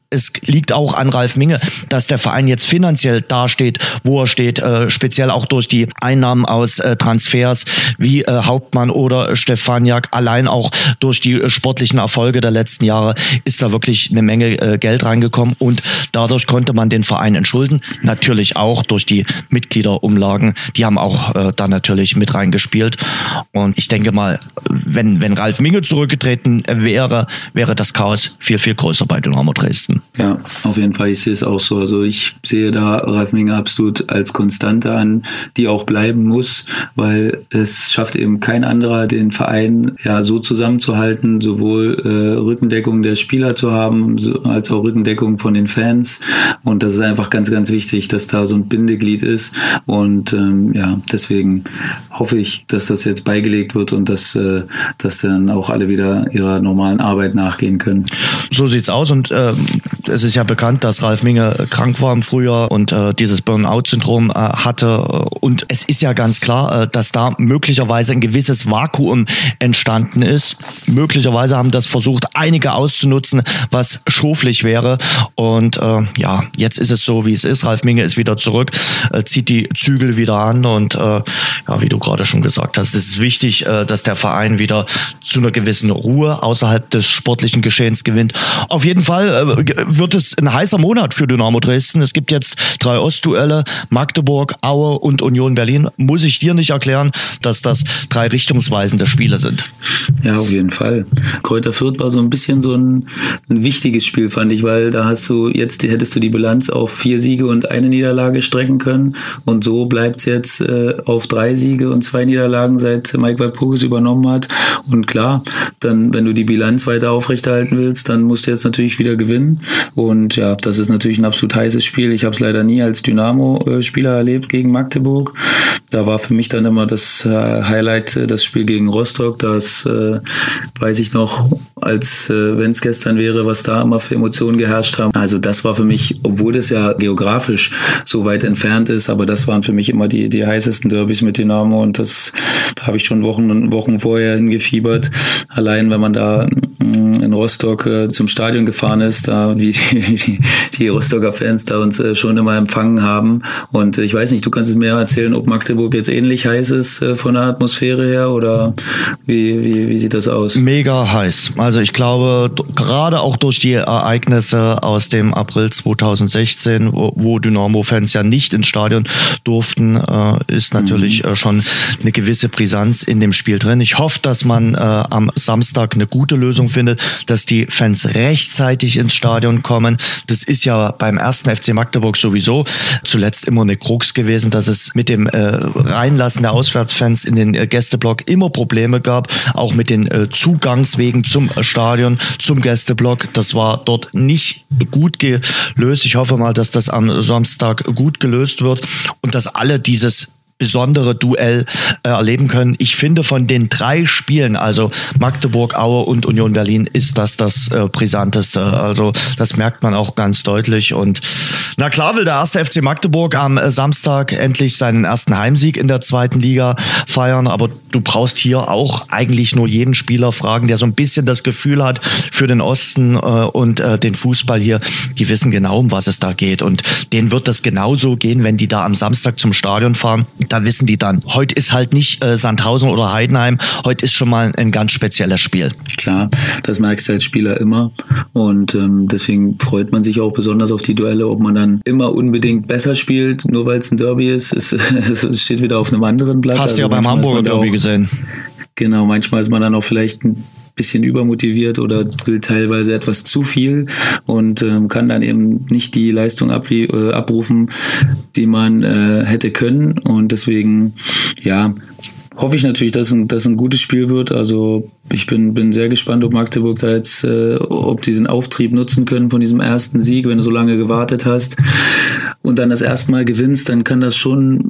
S2: es liegt auch an Ralf Minge, dass der Verein jetzt finanziell dasteht, wo er steht, äh, speziell auch durch die Einnahmen aus äh, Transfers wie äh, Hauptmann oder Stefaniak, allein auch durch die äh, sportlichen Erfolge der letzten Jahre ist da wirklich eine Menge äh, Geld reingekommen und dadurch konnte man den Verein entschulden. Natürlich auch durch die Mitgliederumlagen, die haben auch äh, da natürlich mit reingespielt und ich denke mal, wenn, wenn Ralf Minge zurückgetreten wäre, wäre das Chaos viel, viel größer bei Dynamo Dresden.
S3: Ja, auf jeden Fall, ich sehe es auch so. Also ich sehe da Ralf Minge absolut als Konstante an, die auch bleiben muss, weil es schafft eben kein anderer, den Verein ja so zusammenzuhalten, sowohl äh, Rückendeckung der Spieler zu haben, so, als auch Rückendeckung von den Fans. Und das ist einfach ganz, ganz wichtig, dass da so ein Bindeglied ist. Und ähm, ja, deswegen hoffe ich, dass das jetzt beigelegt wird und dass, äh, dass dann auch alle wieder ihrer normalen Arbeit nachgehen können.
S2: So sieht's aus und äh, es ist ja bekannt, dass Ralf Minge krank war im Frühjahr und äh, dieses Burnout-Syndrom äh, hatte und es ist ja ganz klar, äh, dass da möglicherweise ein gewisses Vakuum entstanden ist. Möglicherweise haben das versucht, einige auszunutzen, was schoflich wäre und äh, ja, jetzt ist es so, wie es ist. Ralf Minge ist wieder zurück, äh, zieht die Zügel wieder an und äh, ja, wie du gerade schon gesagt hast, es ist wichtig, äh, dass der Verein wieder zu einer gewissen Ruhe außerhalb des sportlichen Geschehens gewinnt. Auf jeden Fall äh, wird es ein heißer Monat für Dynamo Dresden. Es gibt jetzt drei Ostduelle, Magdeburg, Aue und Union Berlin. Muss ich dir nicht erklären, dass das drei richtungsweisende Spiele sind?
S3: Ja, auf jeden Fall. Kräuter Fürth war so ein bisschen so ein, ein wichtiges Spiel, fand ich, weil da hast du jetzt, hättest du die Bilanz auf vier Siege und eine Niederlage strecken können und so bleibt es jetzt äh, auf drei Siege und zwei Niederlagen, seit Mike Walpurgis übernommen hat. Und klar, dann, wenn du die Bilanz weiter aufrechterhalten willst, dann musst du jetzt natürlich wieder gewinnen. Und ja, das ist natürlich ein absolut heißes Spiel. Ich habe es leider nie als Dynamo-Spieler erlebt gegen Magdeburg. Da war für mich dann immer das äh, Highlight äh, das Spiel gegen Rostock. Das äh, weiß ich noch, als äh, wenn es gestern wäre, was da immer für Emotionen geherrscht haben. Also das war für mich, obwohl das ja geografisch so weit entfernt ist, aber das waren für mich immer die, die heißesten Derbys mit Dynamo und das, da habe ich schon Wochen und Wochen vorher hingefiebert. Allein, wenn man da mh, in Rostock äh, zum Stadion gefahren ist, da wie die, die Rostocker Fans da uns äh, schon immer empfangen haben. Und äh, ich weiß nicht, du kannst es mir erzählen, ob Magdeburg jetzt ähnlich heiß ist äh, von der Atmosphäre her oder wie, wie, wie sieht das aus?
S2: Mega heiß. Also ich glaube, d- gerade auch durch die Ereignisse aus dem April zweitausendsechzehn, wo, wo Dynamo-Fans ja nicht ins Stadion durften, äh, ist natürlich mhm. äh, schon eine gewisse Brisanz in dem Spiel drin. Ich hoffe, dass man äh, am Samstag eine gute Lösung findet, dass die Fans rechtzeitig ins Stadion kommen. Das ist ja beim ersten F C Magdeburg sowieso zuletzt immer eine Krux gewesen, dass es mit dem äh, Reinlassen der Auswärtsfans in den äh, Gästeblock immer Probleme gab, auch mit den äh, Zugangswegen zum äh, Stadion, zum Gästeblock. Das war dort nicht gut gelöst. Ich hoffe mal, dass das am Samstag gut gelöst wird und dass alle dieses besondere Duell äh, erleben können. Ich finde, von den drei Spielen, also Magdeburg, Aue und Union Berlin, ist das das äh, brisanteste. Also das merkt man auch ganz deutlich. Und na klar will der erste F C Magdeburg am äh, Samstag endlich seinen ersten Heimsieg in der zweiten Liga feiern. Aber du brauchst hier auch eigentlich nur jeden Spieler fragen, der so ein bisschen das Gefühl hat für den Osten äh, und äh, den Fußball hier. Die wissen genau, um was es da geht. Und denen wird das genauso gehen, wenn die da am Samstag zum Stadion fahren. Da wissen die dann, heute ist halt nicht äh, Sandhausen oder Heidenheim, heute ist schon mal ein ganz spezielles Spiel.
S3: Klar, das merkst du als Spieler immer und ähm, deswegen freut man sich auch besonders auf die Duelle, ob man dann immer unbedingt besser spielt, nur weil es ein Derby ist, es, es steht wieder auf einem anderen Blatt.
S2: Hast du
S3: also
S2: ja beim Hamburger Derby auch gesehen.
S3: Genau, manchmal ist man dann auch vielleicht ein bisschen übermotiviert oder will teilweise etwas zu viel und ähm, kann dann eben nicht die Leistung ablie- äh, abrufen, die man äh, hätte können und deswegen, ja, hoffe ich natürlich, dass ein, dass ein gutes Spiel wird. Also ich bin, bin sehr gespannt, ob Magdeburg da jetzt, äh, ob die den Auftrieb nutzen können von diesem ersten Sieg, wenn du so lange gewartet hast und dann das erste Mal gewinnst, dann kann das schon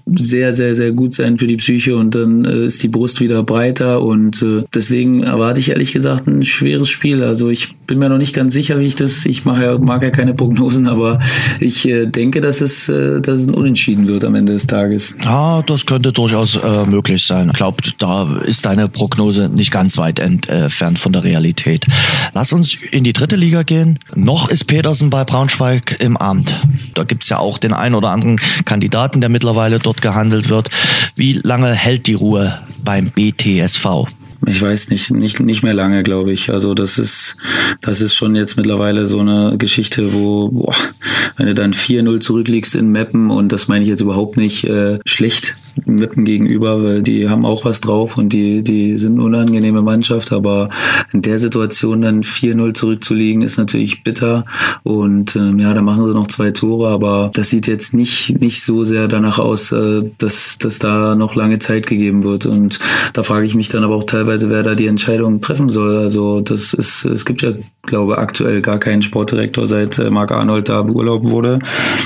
S3: sehr, sehr, sehr gut sein für die Psyche und dann äh, ist die Brust wieder breiter und äh, deswegen erwarte ich ehrlich gesagt ein schweres Spiel. Also ich bin mir noch nicht ganz sicher, wie ich das, ich mache ja, mag ja keine Prognosen, aber ich äh, denke, dass es, äh, dass es ein Unentschieden wird am Ende des Tages.
S2: Ja, das könnte durchaus äh, möglich sein. Ich glaube, da ist deine Prognose nicht ganz weit entfernt von der Realität. Lass uns in die dritte Liga gehen. Noch ist Petersen bei Braunschweig im Amt. Da gibt's ja auch den einen oder anderen Kandidaten, der mittlerweile dort gehandelt wird. Wie lange hält die Ruhe beim B T S V?
S3: Ich weiß nicht, nicht, nicht mehr lange, glaube ich. Also das ist, das ist schon jetzt mittlerweile so eine Geschichte, wo, boah, wenn du dann vier null zurückliegst in Meppen, und das meine ich jetzt überhaupt nicht äh, schlecht Meppen gegenüber, weil die haben auch was drauf und die, die sind eine unangenehme Mannschaft, aber in der Situation dann vier null zurückzuliegen, ist natürlich bitter und ähm, ja, da machen sie noch zwei Tore, aber das sieht jetzt nicht, nicht so sehr danach aus, äh, dass, dass da noch lange Zeit gegeben wird, und da frage ich mich dann aber auch teilweise, wer da die Entscheidung treffen soll. Also das ist, es gibt ja, glaube aktuell gar keinen Sportdirektor, seit äh, Marc Arnold da beurlaubt wurde.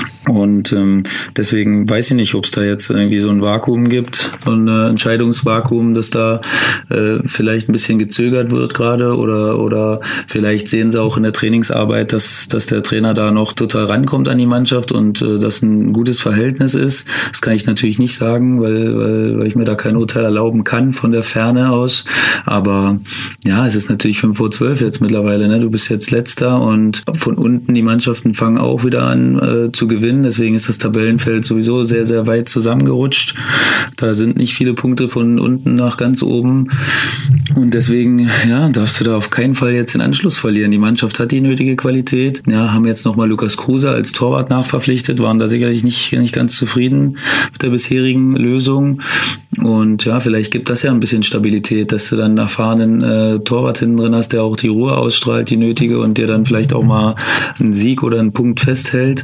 S3: Und ähm, deswegen weiß ich nicht, ob es da jetzt irgendwie so ein Vakuum gibt, so ein äh, Entscheidungsvakuum, dass da äh, vielleicht ein bisschen gezögert wird gerade, oder oder vielleicht sehen sie auch in der Trainingsarbeit, dass dass der Trainer da noch total rankommt an die Mannschaft und äh, dass ein gutes Verhältnis ist. Das kann ich natürlich nicht sagen, weil, weil weil ich mir da kein Urteil erlauben kann von der Ferne aus. Aber ja, es ist natürlich fünf vor zwölf jetzt mittlerweile, ne? Du bist jetzt Letzter und von unten die Mannschaften fangen auch wieder an äh, zu gewinnen. Deswegen ist das Tabellenfeld sowieso sehr, sehr weit zusammengerutscht. Da sind nicht viele Punkte von unten nach ganz oben. Und deswegen, ja, darfst du da auf keinen Fall jetzt den Anschluss verlieren. Die Mannschaft hat die nötige Qualität. Ja, haben jetzt nochmal Lukas Kruse als Torwart nachverpflichtet, waren da sicherlich nicht, nicht ganz zufrieden mit der bisherigen Lösung. Und ja, vielleicht gibt das ja ein bisschen Stabilität, dass du dann einen erfahrenen äh, Torwart hinten drin hast, der auch die Ruhe ausstrahlt, die nötige, und der dann vielleicht auch mal einen Sieg oder einen Punkt festhält.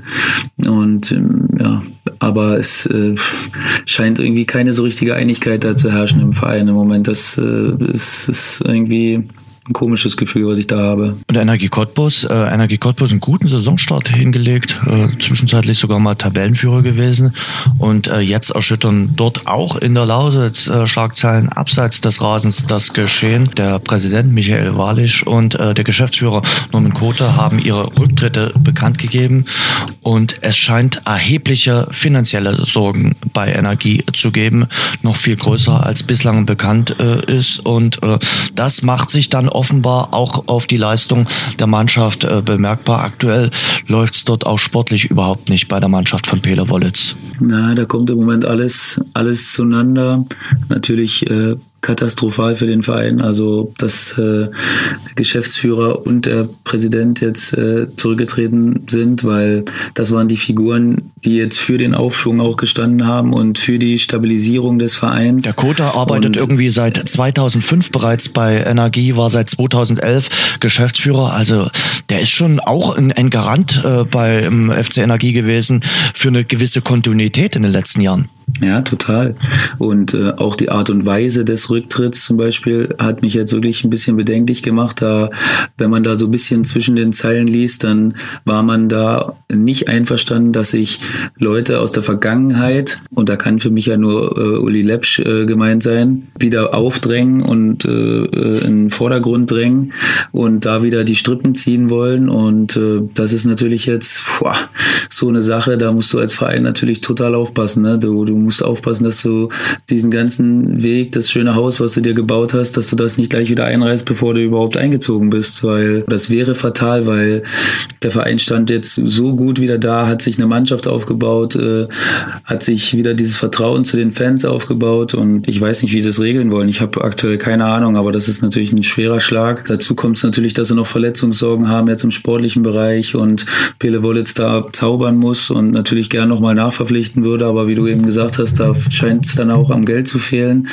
S3: Und ähm, ja, aber es äh, scheint irgendwie keine so richtige Einigkeit da zu herrschen im Verein im Moment. Das äh, ist, ist irgendwie ein komisches Gefühl, was ich da habe.
S2: Und Energie Cottbus, äh, Energie Cottbus einen guten Saisonstart hingelegt, äh, zwischenzeitlich sogar mal Tabellenführer gewesen, und äh, jetzt erschüttern dort auch in der Lausitz äh, Schlagzeilen abseits des Rasens das Geschehen. Der Präsident Michael Walisch und äh, der Geschäftsführer Norman Kote haben ihre Rücktritte bekannt gegeben, und es scheint erhebliche finanzielle Sorgen bei Energie zu geben, noch viel größer als bislang bekannt äh, ist, und äh, das macht sich dann offenbar auch auf die Leistung der Mannschaft äh, bemerkbar. Aktuell läuft es dort auch sportlich überhaupt nicht bei der Mannschaft von Pele Wollitz.
S3: Na, da kommt im Moment alles, alles zueinander. Natürlich äh, katastrophal für den Verein, also dass äh, der Geschäftsführer und der Präsident jetzt äh, zurückgetreten sind, weil das waren die Figuren, die jetzt für den Aufschwung auch gestanden haben und für die Stabilisierung des Vereins.
S2: Der Kote arbeitet und irgendwie seit zweitausendfünf bereits bei Energie, war seit zweitausendelf Geschäftsführer, also der ist schon auch ein, ein Garant äh, beim F C Energie gewesen für eine gewisse Kontinuität in den letzten Jahren.
S3: Ja, total. Und äh, auch die Art und Weise des Rücktritts zum Beispiel hat mich jetzt wirklich ein bisschen bedenklich gemacht. Da, wenn man da so ein bisschen zwischen den Zeilen liest, dann war man da nicht einverstanden, dass sich Leute aus der Vergangenheit, und da kann für mich ja nur äh, Uli Lepsch äh, gemeint sein, wieder aufdrängen und äh, in den Vordergrund drängen und da wieder die Strippen ziehen wollen. Und äh, das ist natürlich jetzt boah, so eine Sache, da musst du als Verein natürlich total aufpassen, ne? Du, du musst aufpassen, dass du diesen ganzen Weg, das schöne Haus, was du dir gebaut hast, dass du das nicht gleich wieder einreißt, bevor du überhaupt eingezogen bist, weil das wäre fatal, weil der Verein stand jetzt so gut wieder da, hat sich eine Mannschaft aufgebaut, äh, hat sich wieder dieses Vertrauen zu den Fans aufgebaut, und ich weiß nicht, wie sie es regeln wollen. Ich habe aktuell keine Ahnung, aber das ist natürlich ein schwerer Schlag. Dazu kommt es natürlich, dass sie noch Verletzungssorgen haben jetzt im sportlichen Bereich und Pele Wollitz da zaubern muss und natürlich gern nochmal nachverpflichten würde, aber wie du eben gesagt hast, da scheint es dann auch am Geld zu fehlen,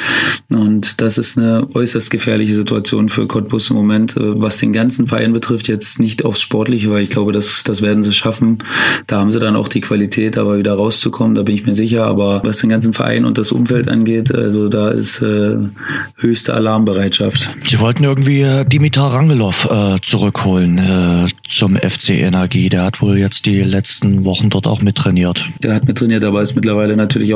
S3: und das ist eine äußerst gefährliche Situation für Cottbus im Moment, was den ganzen Verein betrifft, jetzt nicht aufs Sportliche, weil ich glaube, das, das werden sie schaffen. Da haben sie dann auch die Qualität, aber wieder rauszukommen, da bin ich mir sicher, aber was den ganzen Verein und das Umfeld angeht, also da ist äh, höchste Alarmbereitschaft.
S2: Sie wollten irgendwie Dimitar Rangelov äh, zurückholen äh, zum F C Energie, der hat wohl jetzt die letzten Wochen dort auch mittrainiert.
S3: Der hat mittrainiert, aber ist mittlerweile natürlich auch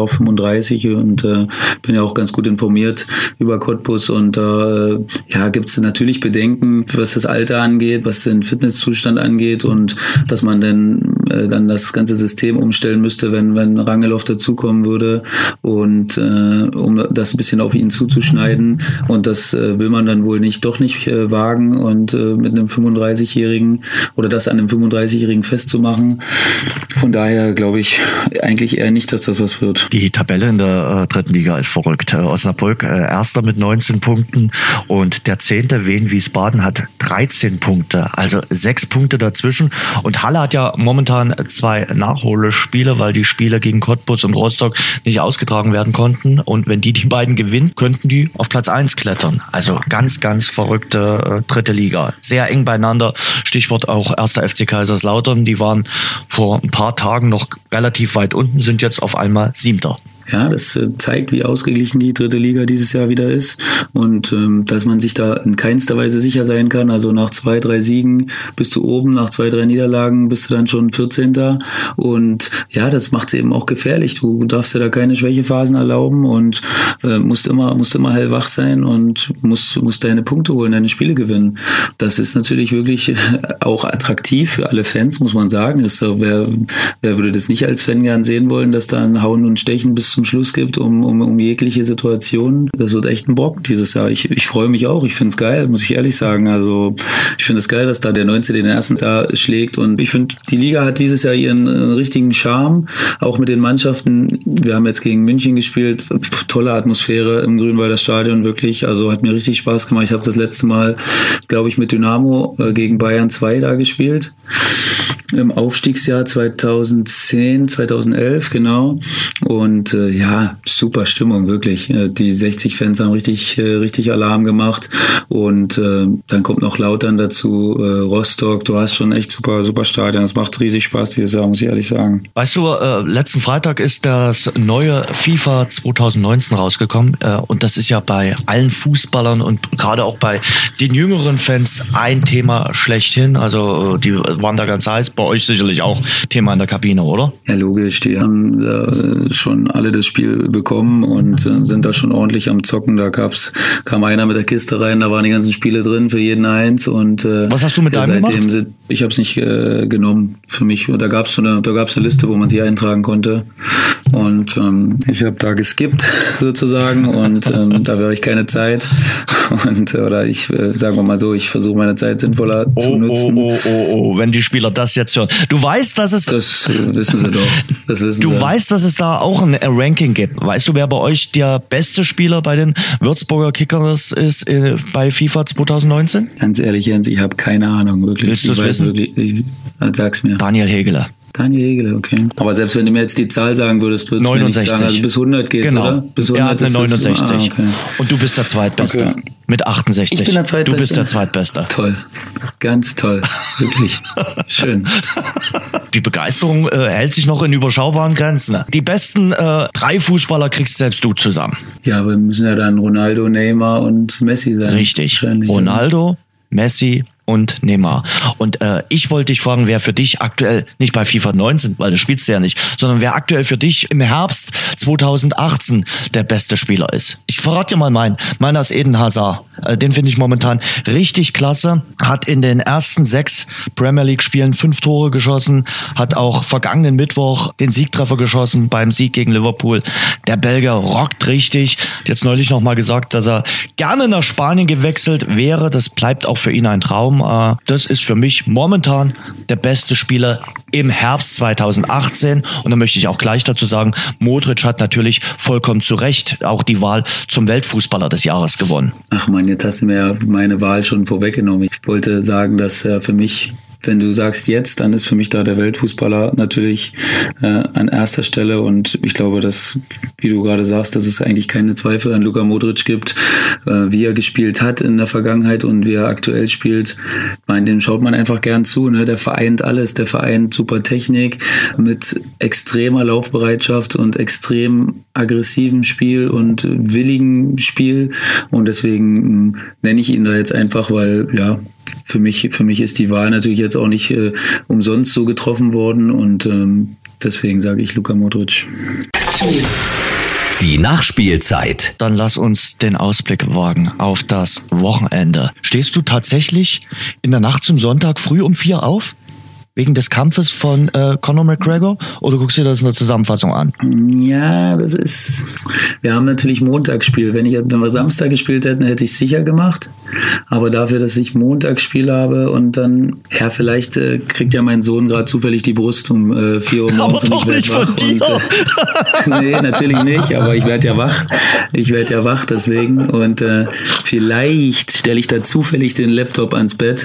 S3: auf fünfunddreißig und äh, bin ja auch ganz gut informiert über Cottbus und da äh, ja, gibt es natürlich Bedenken, was das Alter angeht, was den Fitnesszustand angeht und dass man dann, äh, dann das ganze System umstellen müsste, wenn, wenn Rangelov dazukommen würde und äh, um das ein bisschen auf ihn zuzuschneiden und das äh, will man dann wohl nicht, doch nicht äh, wagen und äh, mit einem fünfunddreißigjährigen oder das an einem fünfunddreißigjährigen festzumachen. Von daher glaube ich eigentlich eher nicht, dass das was wird.
S2: Die Tabelle in der äh, dritten Liga ist verrückt. Äh, Osnabrück äh, erster mit neunzehn Punkten und der zehnte Wien Wiesbaden hat dreizehn Punkte, also sechs Punkte dazwischen. Und Halle hat ja momentan zwei Nachholspiele, weil die Spiele gegen Cottbus und Rostock nicht ausgetragen werden konnten. Und wenn die die beiden gewinnen, könnten die auf Platz eins klettern. Also ganz, ganz verrückte äh, dritte Liga. Sehr eng beieinander. Stichwort auch erster F C Kaiserslautern. Die waren vor ein paar Tagen noch relativ weit unten, sind jetzt auf einmal Siebter.
S3: Ja, das zeigt, wie ausgeglichen die dritte Liga dieses Jahr wieder ist und ähm, dass man sich da in keinster Weise sicher sein kann. Also nach zwei, drei Siegen bist du oben, nach zwei, drei Niederlagen bist du dann schon vierzehnter Und ja, das macht es eben auch gefährlich. Du darfst dir da keine Schwächephasen erlauben und äh, musst immer musst immer hellwach sein und musst, musst deine Punkte holen, deine Spiele gewinnen. Das ist natürlich wirklich auch attraktiv für alle Fans, muss man sagen. Ist so, wer, wer würde das nicht als Fan gern sehen wollen, dass da ein Hauen und Stechen bis zum Schluss gibt, um, um, um jegliche Situation. Das wird echt ein Brocken dieses Jahr. Ich, ich freue mich auch. Ich finde es geil, muss ich ehrlich sagen. Also ich finde es geil, dass da der neunzehnte den ersten da schlägt und ich finde, die Liga hat dieses Jahr ihren äh, richtigen Charme, auch mit den Mannschaften. Wir haben jetzt gegen München gespielt. Tolle Atmosphäre im Grünwalder Stadion, wirklich. Also hat mir richtig Spaß gemacht. Ich habe das letzte Mal, glaube ich, mit Dynamo äh, gegen Bayern zwei da gespielt. Im Aufstiegsjahr zweitausendzehn, zweitausendelf, genau. Und äh, ja, super Stimmung, wirklich. Äh, die sechzig Fans haben richtig, äh, richtig Alarm gemacht. Und äh, dann kommt noch Lautern dazu, äh, Rostock. Du hast schon echt super, super Stadion. Das macht riesig Spaß dieses Jahr, muss ich ehrlich sagen.
S2: Weißt du, äh, letzten Freitag ist das neue FIFA zwanzig neunzehn rausgekommen. Äh, und das ist ja bei allen Fußballern und gerade auch bei den jüngeren Fans ein Thema schlechthin. Also die waren da ganz heiß. Bei euch sicherlich auch Thema in der Kabine, oder?
S3: Ja, logisch. Die haben da schon alle das Spiel bekommen und äh, sind da schon ordentlich am Zocken. Da gab's, kam einer mit der Kiste rein, da waren die ganzen Spiele drin für jeden eins. Und äh,
S2: was hast du mit
S3: ja,
S2: deinem
S3: seitdem
S2: gemacht?
S3: Sind, ich habe es nicht äh, genommen für mich. Da gab's so eine, da gab's eine Liste, wo man sich eintragen konnte. Und ähm, ich habe da geskippt sozusagen und ähm, da wäre ich keine Zeit. Und oder ich äh, sagen wir mal so, ich versuche meine Zeit sinnvoller
S2: oh,
S3: zu nutzen.
S2: Oh, oh, oh, oh, wenn die Spieler das jetzt hören. Du weißt, dass es...
S3: Das äh, wissen sie doch. Das wissen
S2: du
S3: sie.
S2: weißt, dass es da auch ein Ranking gibt. Weißt du, wer bei euch der beste Spieler bei den Würzburger Kickers ist äh, bei FIFA zwanzig neunzehn?
S3: Ganz ehrlich, Jens, ich habe keine Ahnung, wirklich.
S2: Willst du es wissen?
S3: Wirklich, ich, sag's mir.
S2: Daniel Hegele.
S3: Daniel Hegele, okay. Aber selbst wenn du mir jetzt die Zahl sagen würdest, würdest du mir nicht sagen, also bis hundert geht's,
S2: genau.
S3: oder? Bis hundert
S2: er hat eine neunundsechzig.
S3: Das, ah, okay.
S2: Und du bist der Zweitbeste. Okay. Mit achtundsechzig.
S3: Ich bin der Zweitbeste.
S2: Du bist der Zweitbeste.
S3: Toll. Ganz toll. Wirklich. Schön.
S2: Die Begeisterung äh, hält sich noch in überschaubaren Grenzen. Die besten äh, drei Fußballer kriegst selbst du zusammen.
S3: Ja, aber müssen ja dann Ronaldo, Neymar und Messi sein.
S2: Richtig. Ronaldo, Messi und Neymar. Und äh, ich wollte dich fragen, wer für dich aktuell, nicht bei FIFA neunzehn, weil du spielst ja nicht, sondern wer aktuell für dich im Herbst zwanzig achtzehn der beste Spieler ist. Ich verrate dir mal meinen. Meiner ist Eden Hazard. Äh, den finde ich momentan richtig klasse. Hat in den ersten sechs Premier League Spielen fünf Tore geschossen. Hat auch vergangenen Mittwoch den Siegtreffer geschossen beim Sieg gegen Liverpool. Der Belgier rockt richtig. Hat jetzt neulich noch mal gesagt, dass er gerne nach Spanien gewechselt wäre. Das bleibt auch für ihn ein Traum. Das ist für mich momentan der beste Spieler im Herbst zwanzig achtzehn. Und da möchte ich auch gleich dazu sagen, Modric hat natürlich vollkommen zu Recht auch die Wahl zum Weltfußballer des Jahres gewonnen.
S3: Ach man, jetzt hast du mir ja meine Wahl schon vorweggenommen. Ich wollte sagen, dass er für mich, wenn du sagst jetzt, dann ist für mich da der Weltfußballer natürlich äh, an erster Stelle und ich glaube, dass, wie du gerade sagst, dass es eigentlich keine Zweifel an Luka Modric gibt, äh, wie er gespielt hat in der Vergangenheit und wie er aktuell spielt. Ich meine, dem schaut man einfach gern zu, ne? Der vereint alles, der vereint super Technik mit extremer Laufbereitschaft und extrem aggressivem Spiel und willigem Spiel und deswegen mh, nenne ich ihn da jetzt einfach, weil, ja, Für mich, für mich ist die Wahl natürlich jetzt auch nicht äh, umsonst so getroffen worden und ähm, deswegen sage ich Luka Modric.
S1: Die Nachspielzeit.
S2: Dann lass uns den Ausblick wagen auf das Wochenende. Stehst du tatsächlich in der Nacht zum Sonntag früh um vier auf? Wegen des Kampfes von äh, Conor McGregor? Oder guckst du dir das in der Zusammenfassung an?
S3: Ja, das ist... Wir haben natürlich Montagsspiel. Wenn, ich, wenn wir Samstag gespielt hätten, hätte ich es sicher gemacht. Aber dafür, dass ich Montagsspiel habe und dann... Ja, vielleicht äh, kriegt ja mein Sohn gerade zufällig die Brust um äh, vier Uhr morgens.
S2: Aber doch
S3: und ich
S2: nicht
S3: wach
S2: von dir!
S3: Und, äh, nee, natürlich nicht. Aber ich werde ja wach. Ich werde ja wach deswegen. Und äh, vielleicht stelle ich da zufällig den Laptop ans Bett,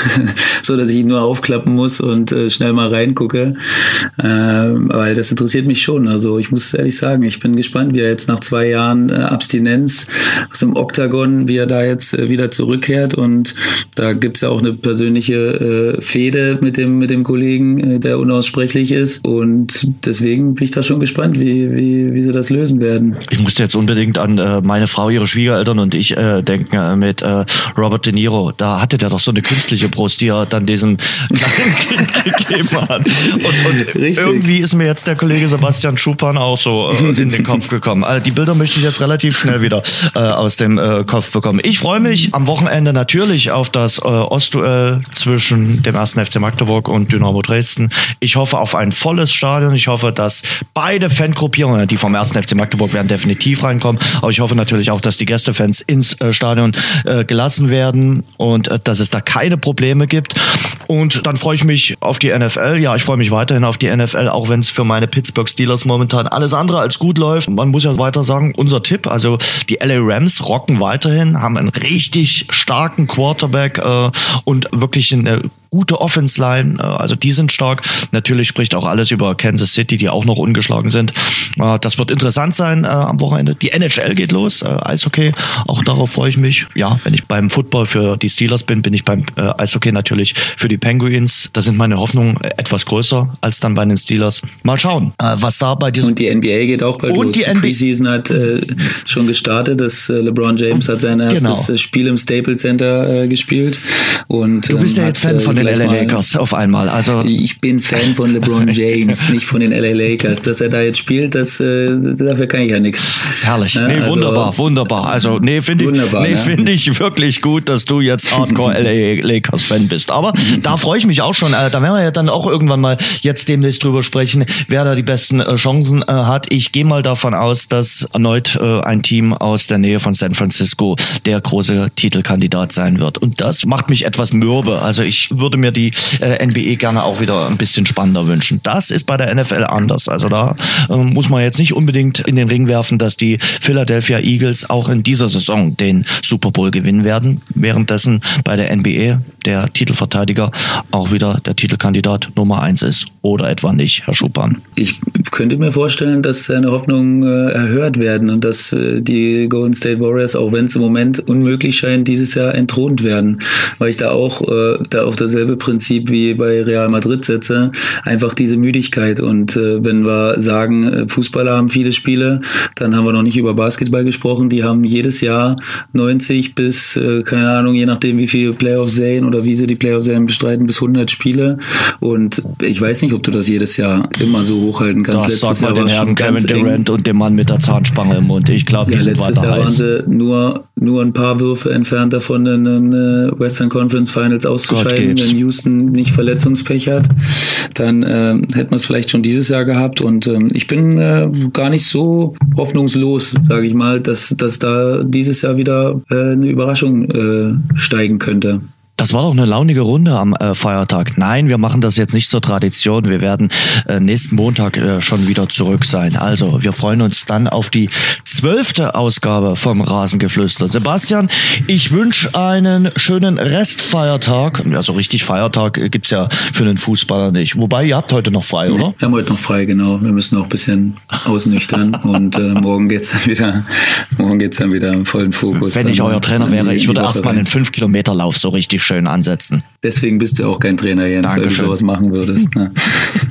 S3: so dass ich ihn nur aufklappen muss und schnell mal reingucke, äh, weil das interessiert mich schon. Also ich muss ehrlich sagen, ich bin gespannt, wie er jetzt nach zwei Jahren äh, Abstinenz aus dem Oktagon, wie er da jetzt äh, wieder zurückkehrt, und da gibt's ja auch eine persönliche äh, Fehde mit dem mit dem Kollegen, äh, der unaussprechlich ist, und deswegen bin ich da schon gespannt, wie wie wie sie das lösen werden.
S2: Ich musste jetzt unbedingt an äh, meine Frau, ihre Schwiegereltern und ich äh, denken äh, mit äh, Robert De Niro. Da hatte der doch so eine künstliche Brust, die er dann diesem kleinen Kind gegeben hat. Und, und irgendwie ist mir jetzt der Kollege Sebastian Schuppan auch so äh, in den Kopf gekommen. Also die Bilder möchte ich jetzt relativ schnell wieder äh, aus dem äh, Kopf bekommen. Ich freue mich am Wochenende natürlich auf das äh, Ostduell zwischen dem ersten F C Magdeburg und Dynamo Dresden. Ich hoffe auf ein volles Stadion. Ich hoffe, dass beide Fangruppierungen, die vom ersten F C Magdeburg werden definitiv reinkommen, aber ich hoffe natürlich auch, dass die Gästefans ins äh, Stadion äh, gelassen werden und äh, dass es da keine Probleme gibt. Und dann freue ich mich auf die N F L. Ja, ich freue mich weiterhin auf die N F L, auch wenn es für meine Pittsburgh Steelers momentan alles andere als gut läuft. Man muss ja weiter sagen, unser Tipp, also die L A Rams rocken weiterhin, haben einen richtig starken Quarterback äh, und wirklich eine gute Offense-Line, also die sind stark. Natürlich spricht auch alles über Kansas City, die auch noch ungeschlagen sind. Das wird interessant sein äh, am Wochenende. Die N H L geht los, äh, Eishockey, auch darauf freue ich mich. Ja, wenn ich beim Football für die Steelers bin, bin ich beim äh, Eishockey natürlich für die Penguins. Da sind meine Hoffnungen etwas größer als dann bei den Steelers. Mal schauen, äh, was da bei diesem...
S3: Und die N B A geht auch bald
S2: und
S3: los.
S2: Die,
S3: die Preseason hat äh, schon gestartet. Das äh, LeBron James hat sein erstes genau. Spiel im Staples Center äh, gespielt. Und,
S2: du bist ähm, ja jetzt hat, Fan von den L A Lakers auf einmal. Also
S3: ich bin Fan von LeBron James, nicht von den L A Lakers. Dass er da jetzt spielt, das, äh, dafür kann ich ja nichts.
S2: Herrlich. Ja, nee, also, wunderbar, wunderbar. Also, nee, finde ich, nee, ne? find ich wirklich gut, dass du jetzt Hardcore L A Lakers-Fan bist. Aber da freue ich mich auch schon. Da werden wir ja dann auch irgendwann mal jetzt demnächst drüber sprechen, wer da die besten äh, Chancen äh, hat. Ich gehe mal davon aus, dass erneut äh, ein Team aus der Nähe von San Francisco der große Titelkandidat sein wird. Und das macht mich etwas mürbe. Also ich würde mir die äh, N B A gerne auch wieder ein bisschen spannender wünschen. Das ist bei der N F L anders. Also da äh, muss man jetzt nicht unbedingt in den Ring werfen, dass die Philadelphia Eagles auch in dieser Saison den Super Bowl gewinnen werden. Währenddessen bei der N B A der Titelverteidiger auch wieder der Titelkandidat Nummer eins ist. Oder etwa nicht, Herr Schuppan?
S3: Ich könnte mir vorstellen, dass seine Hoffnungen äh, erhört werden und dass äh, die Golden State Warriors, auch wenn es im Moment unmöglich scheint, dieses Jahr entthront werden. Weil ich da auch äh, da auf dasselbe Prinzip wie bei Real Madrid setze. Einfach diese Müdigkeit. Und äh, wenn wir sagen, Fußballer haben viele Spiele, dann haben wir noch nicht über Basketball gesprochen. Die haben jedes Jahr neunzig bis, äh, keine Ahnung, je nachdem wie viele Playoff-Serien oder wie sie die Playoff-Serien bestreiten, bis hundert Spiele. Und ich weiß nicht, ob du das jedes Jahr immer so hochhalten kannst.
S2: Das letztes sag mal Jahr den Herrn Kevin Durant und dem Mann mit der Zahnspange im Mund. Ich glaube, die ja, sind
S3: letztes
S2: weiter
S3: Jahr
S2: heiß.
S3: waren sie nur, nur ein paar Würfe entfernt davon, in den äh, Western Conference Finals auszuscheiden. Wenn Houston nicht Verletzungspech hat, dann äh, hätten wir es vielleicht schon dieses Jahr gehabt. Und äh, ich bin äh, gar nicht so hoffnungslos, sage ich mal, dass, dass da dieses Jahr wieder äh, eine Überraschung äh, steigen könnte.
S2: Das war doch eine launige Runde am äh, Feiertag. Nein, wir machen das jetzt nicht zur Tradition. Wir werden äh, nächsten Montag äh, schon wieder zurück sein. Also, wir freuen uns dann auf die zwölfte Ausgabe vom Rasengeflüster. Sebastian, ich wünsche einen schönen Restfeiertag. Also richtig Feiertag äh, gibt's ja für einen Fußballer nicht. Wobei, ihr habt heute noch frei, oder?
S3: Wir haben heute noch frei, genau. Wir müssen noch ein bisschen ausnüchtern und äh, morgen geht's dann wieder, morgen geht's dann wieder im vollen Fokus.
S2: Wenn ich euer Trainer wäre, ich würde erstmal einen fünf Kilometer Lauf so richtig schön ansetzen.
S3: Deswegen bist du auch kein Trainer, Jens,
S2: Dankeschön.
S3: weil du sowas machen würdest. Ne?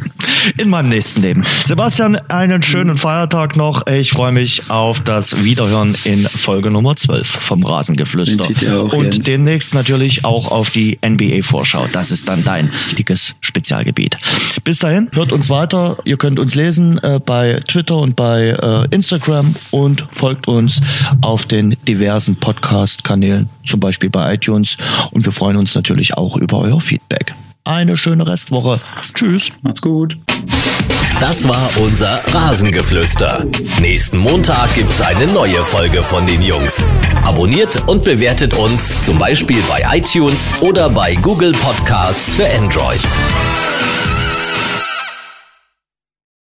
S2: in meinem nächsten Leben. Sebastian, einen schönen Feiertag noch. Ich freue mich auf das Wiederhören in Folge Nummer zwölf vom Rasengeflüster.
S3: Wünsche ich dir auch,
S2: und
S3: Jens.
S2: demnächst natürlich auch auf die N B A-Vorschau. Das ist dann dein dickes Spezialgebiet. Bis dahin, hört uns weiter. Ihr könnt uns lesen äh, bei Twitter und bei äh, Instagram und folgt uns auf den diversen Podcast-Kanälen, zum Beispiel bei iTunes. Und wir freuen uns natürlich auch über euer Feedback. Eine schöne Restwoche. Tschüss.
S3: Macht's gut.
S1: Das war unser Rasengeflüster. Nächsten Montag gibt's eine neue Folge von den Jungs. Abonniert und bewertet uns zum Beispiel bei iTunes oder bei Google Podcasts für Android.